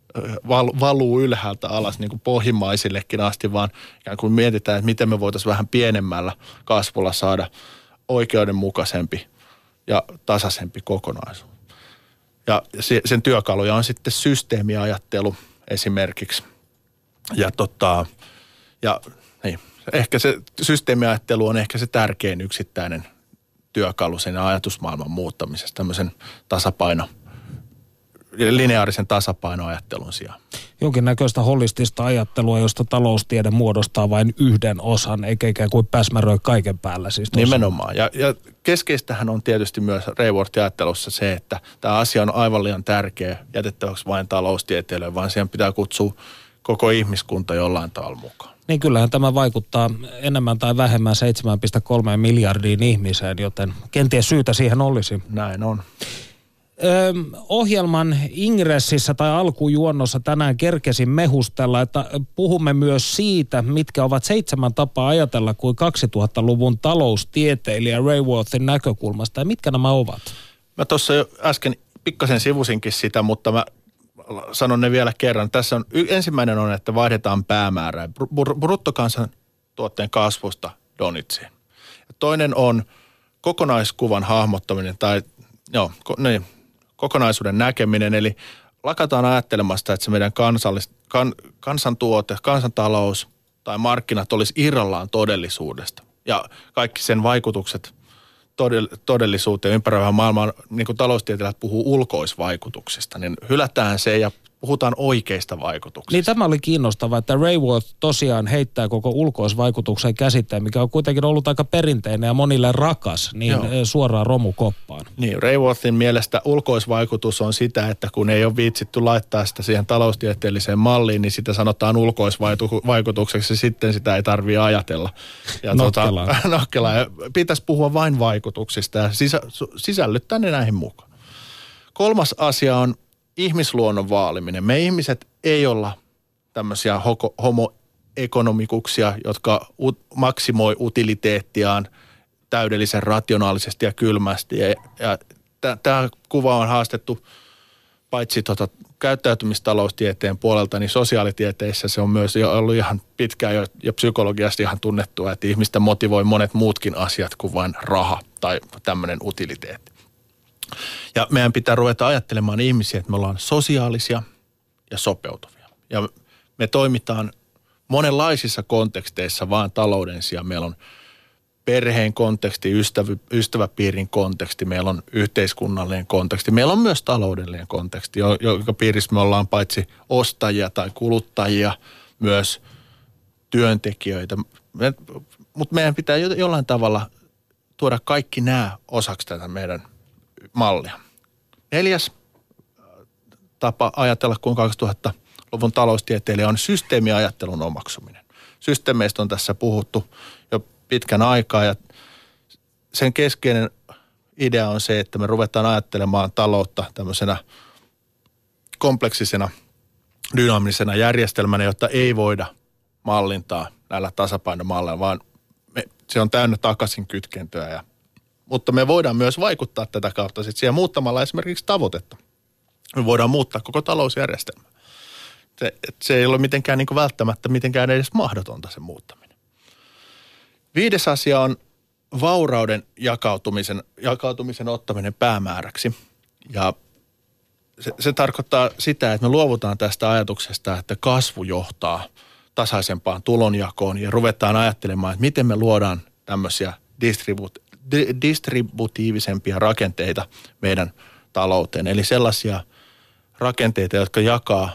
valuu ylhäältä alas niin kuin pohjimmaisillekin asti, vaan ikään kuin mietitään, että miten me voitaisiin vähän pienemmällä kasvulla saada oikeudenmukaisempi ja tasaisempi kokonaisuus. Ja sen työkaluja on sitten systeemiajattelu esimerkiksi. Ja, tota, ja niin, ehkä se systeemiajattelu on ehkä se tärkein yksittäinen työkalu sen ajatusmaailman muuttamisessa, tämmöisen tasapaino, lineaarisen tasapainoajattelun sijaan. Jonkinnäköistä holistista ajattelua, josta taloustiede muodostaa vain yhden osan, eikä ikään kuin päsmäröi kaiken päällä. Siis nimenomaan. Ja, ja keskeistähän on tietysti myös Raworthin ajattelussa se, että tämä asia on aivan liian tärkeä jätettäväksi vain taloustieteilijöille, vaan siihen pitää kutsua koko ihmiskunta jollain tavalla mukaan. Niin kyllähän tämä vaikuttaa enemmän tai vähemmän seitsemän pilkku kolme miljardiin ihmiseen, joten kenties syytä siihen olisi. Näin on. Ö, ohjelman ingressissä tai alkujuonnossa tänään kerkesin mehustella, että puhumme myös siitä, mitkä ovat seitsemän tapaa ajatella kuin kaksituhattaluvun taloustieteilijä Raworthin näkökulmasta ja mitkä nämä ovat? Mä tuossa jo äsken pikkasen sivusinkin sitä, mutta mä sanon ne vielä kerran. Tässä on, ensimmäinen on, että vaihdetaan päämäärää bruttokansantuotteen kasvusta Donitsiin. Toinen on kokonaiskuvan hahmottaminen tai joo, niin, kokonaisuuden näkeminen, eli lakataan ajattelemasta, että se meidän kansallis, kan, kansantuote, kansantalous tai markkinat olisi irrallaan todellisuudesta. Ja kaikki sen vaikutukset todellisuuteen ympäröivään maailmaan, niin kuin taloustieteilijät puhuu ulkoisvaikutuksista, niin hylätään se ja puhutaan oikeista vaikutuksista. Niin tämä oli kiinnostavaa, että Raworth tosiaan heittää koko ulkoisvaikutuksen käsitteen, mikä on kuitenkin ollut aika perinteinen ja monille rakas, niin Joo. suoraan romukoppaan. Niin, Raworthin mielestä ulkoisvaikutus on sitä, että kun ei ole viitsitty laittaa sitä siihen taloustieteelliseen malliin, niin sitä sanotaan ulkoisvaikutukseksi ja sitten sitä ei tarvitse ajatella. Ja nokkelaan. Tota, nokkelaan. Ja pitäisi puhua vain vaikutuksista ja sisä, sisällyttää ne näihin mukaan. Kolmas asia on ihmisluonnon vaaliminen. Me ihmiset ei olla tämmöisiä homoekonomikuksia, jotka ut, maksimoi utiliteettiaan täydellisen rationaalisesti ja kylmästi. Ja, ja tämä kuva on haastettu paitsi tota, käyttäytymistaloustieteen puolelta, niin sosiaalitieteissä se on myös ollut ihan pitkään jo, ja psykologiasta ihan tunnettua, että ihmistä motivoi monet muutkin asiat kuin vain raha tai tämmöinen utiliteetti. Ja meidän pitää ruveta ajattelemaan ihmisiä, että me ollaan sosiaalisia ja sopeutuvia. Ja me toimitaan monenlaisissa konteksteissa vaan talouden sijaan. Meillä on perheen konteksti, ystävä, ystäväpiirin konteksti, meillä on yhteiskunnallinen konteksti. Meillä on myös taloudellinen konteksti, joka piirissä me ollaan paitsi ostajia tai kuluttajia, myös työntekijöitä. Me, mutta meidän pitää jollain tavalla tuoda kaikki nämä osaksi tätä meidän mallia. Neljäs tapa ajatella kuin kaksituhattaluvun taloustieteilijä on systeemiajattelun omaksuminen. Systeemeistä on tässä puhuttu jo pitkän aikaa ja sen keskeinen idea on se, että me ruvetaan ajattelemaan taloutta tämmöisenä kompleksisena, dynaamisena järjestelmänä, jota ei voida mallintaa näillä tasapainomalleilla, vaan me, se on täynnä takaisin kytkentöä ja mutta me voidaan myös vaikuttaa tätä kautta sitten siihen muuttamalla esimerkiksi tavoitetta. Me voidaan muuttaa koko talousjärjestelmä. Se, se ei ole mitenkään niin kuin välttämättä mitenkään edes mahdotonta se muuttaminen. Viides asia on vaurauden jakautumisen, jakautumisen ottaminen päämääräksi. Ja se, se tarkoittaa sitä, että me luovutaan tästä ajatuksesta, että kasvu johtaa tasaisempaan tulonjakoon ja ruvetaan ajattelemaan, että miten me luodaan tämmöisiä distribu- di- distributiivisempia rakenteita meidän talouteen. Eli sellaisia rakenteita, jotka jakaa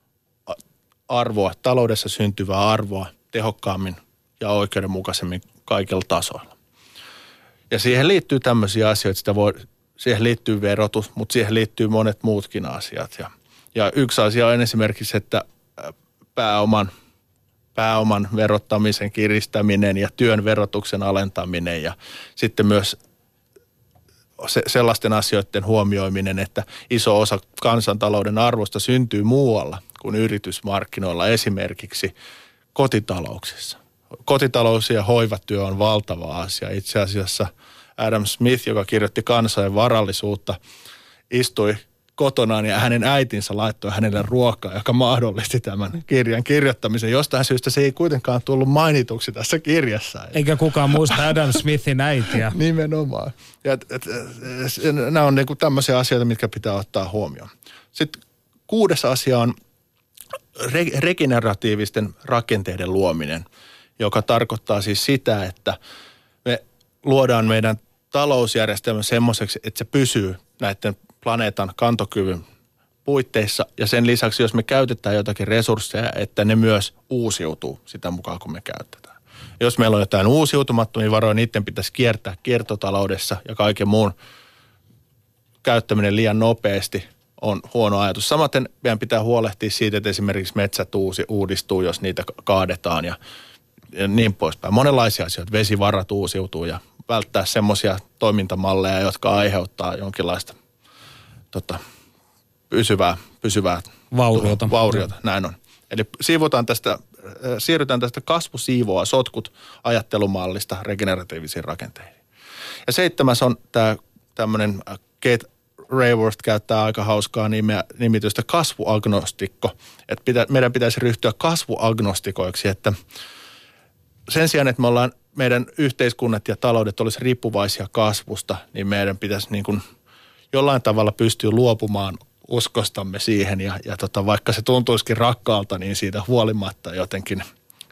arvoa, taloudessa syntyvää arvoa tehokkaammin ja oikeudenmukaisemmin kaikilla tasoilla. Ja siihen liittyy tämmöisiä asioita, sitä voi, siihen liittyy verotus, mutta siihen liittyy monet muutkin asiat. Ja, ja yksi asia on esimerkiksi, että pääoman, pääoman verottamisen kiristäminen ja työn verotuksen alentaminen ja sitten myös se, sellaisten asioiden huomioiminen, että iso osa kansantalouden arvosta syntyy muualla kuin yritysmarkkinoilla, esimerkiksi kotitalouksissa. Kotitalous ja hoivatyö on valtava asia. Itse asiassa Adam Smith, joka kirjoitti Kansaa ja varallisuutta, istui kotonaan ja hänen äitinsä laittoi hänelle ruokaa, joka mahdollisti tämän kirjan kirjoittamisen. Jostain syystä se ei kuitenkaan tullut mainituksi tässä kirjassa. Eikä kukaan muista Adam Smithin äitiä. Nimenomaan. Ja, et, et, et, nämä on niinku tämmöisiä asioita, mitkä pitää ottaa huomioon. Sitten kuudes asia on re, regeneratiivisten rakenteiden luominen, joka tarkoittaa siis sitä, että me luodaan meidän talousjärjestelmä semmoiseksi, että se pysyy näiden planeetan kantokyvyn puitteissa. Ja sen lisäksi, jos me käytetään jotakin resursseja, että ne myös uusiutuu sitä mukaan, kun me käytetään. Jos meillä on jotain uusiutumattomia varoja, niiden pitäisi kiertää kiertotaloudessa ja kaiken muun käyttäminen liian nopeasti on huono ajatus. Samaten meidän pitää huolehtia siitä, että esimerkiksi metsät uusi, uudistuu, jos niitä kaadetaan ja, ja niin poispäin. Monenlaisia asioita. Vesivarat uusiutuu ja välttää semmoisia toimintamalleja, jotka aiheuttaa jonkinlaista tota, pysyvää, pysyvää vauriota. vauriota. Näin on. Eli siivotaan tästä, siirrytään tästä kasvusiivoa sotkut ajattelumallista regeneratiivisiin rakenteisiin. Ja seitsemäs on tämä tämmöinen Kate Raworth käyttää aika hauskaa nimeä, nimitystä kasvuagnostikko. Että pitä, meidän pitäisi ryhtyä kasvuagnostikoiksi, että sen sijaan, että me ollaan, meidän yhteiskunnat ja taloudet olisi riippuvaisia kasvusta, niin meidän pitäisi niin kuin jollain tavalla pystyä luopumaan uskostamme siihen ja, ja tota, vaikka se tuntuisikin rakkaalta, niin siitä huolimatta jotenkin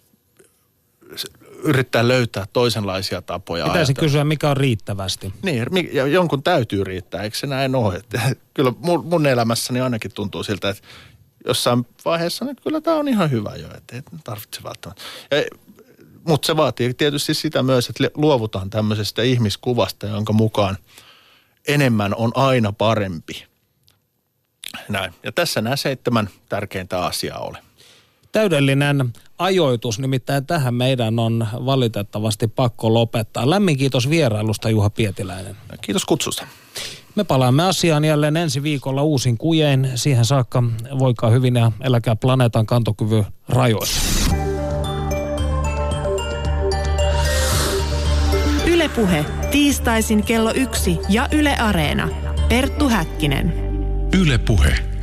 yrittää löytää toisenlaisia tapoja. Pitäisi ajatella. kysyä, mikä on riittävästi. Niin, ja jonkun täytyy riittää, eikö se näin ole? Että kyllä mun, mun elämässäni ainakin tuntuu siltä, että jossain vaiheessa niin kyllä tämä on ihan hyvä jo, että ei tarvitse välttämättä. Ja, mutta se vaatii tietysti sitä myös, että luovutaan tämmöisestä ihmiskuvasta, jonka mukaan enemmän on aina parempi. Näin. Ja tässä nämä seitsemän tärkeintä asiaa oli. Täydellinen ajoitus, nimittäin tähän meidän on valitettavasti pakko lopettaa. Lämmin kiitos vierailusta, Juha Pietiläinen. Kiitos kutsusta. Me palaamme asiaan jälleen ensi viikolla uusin kujein. Siihen saakka voikaa hyvin ja eläkää planeetan kantokyvyn rajoissa. Yle Puhe, tiistaisin kello yksi ja Yle Areena. Perttu Häkkinen. Yle Puhe.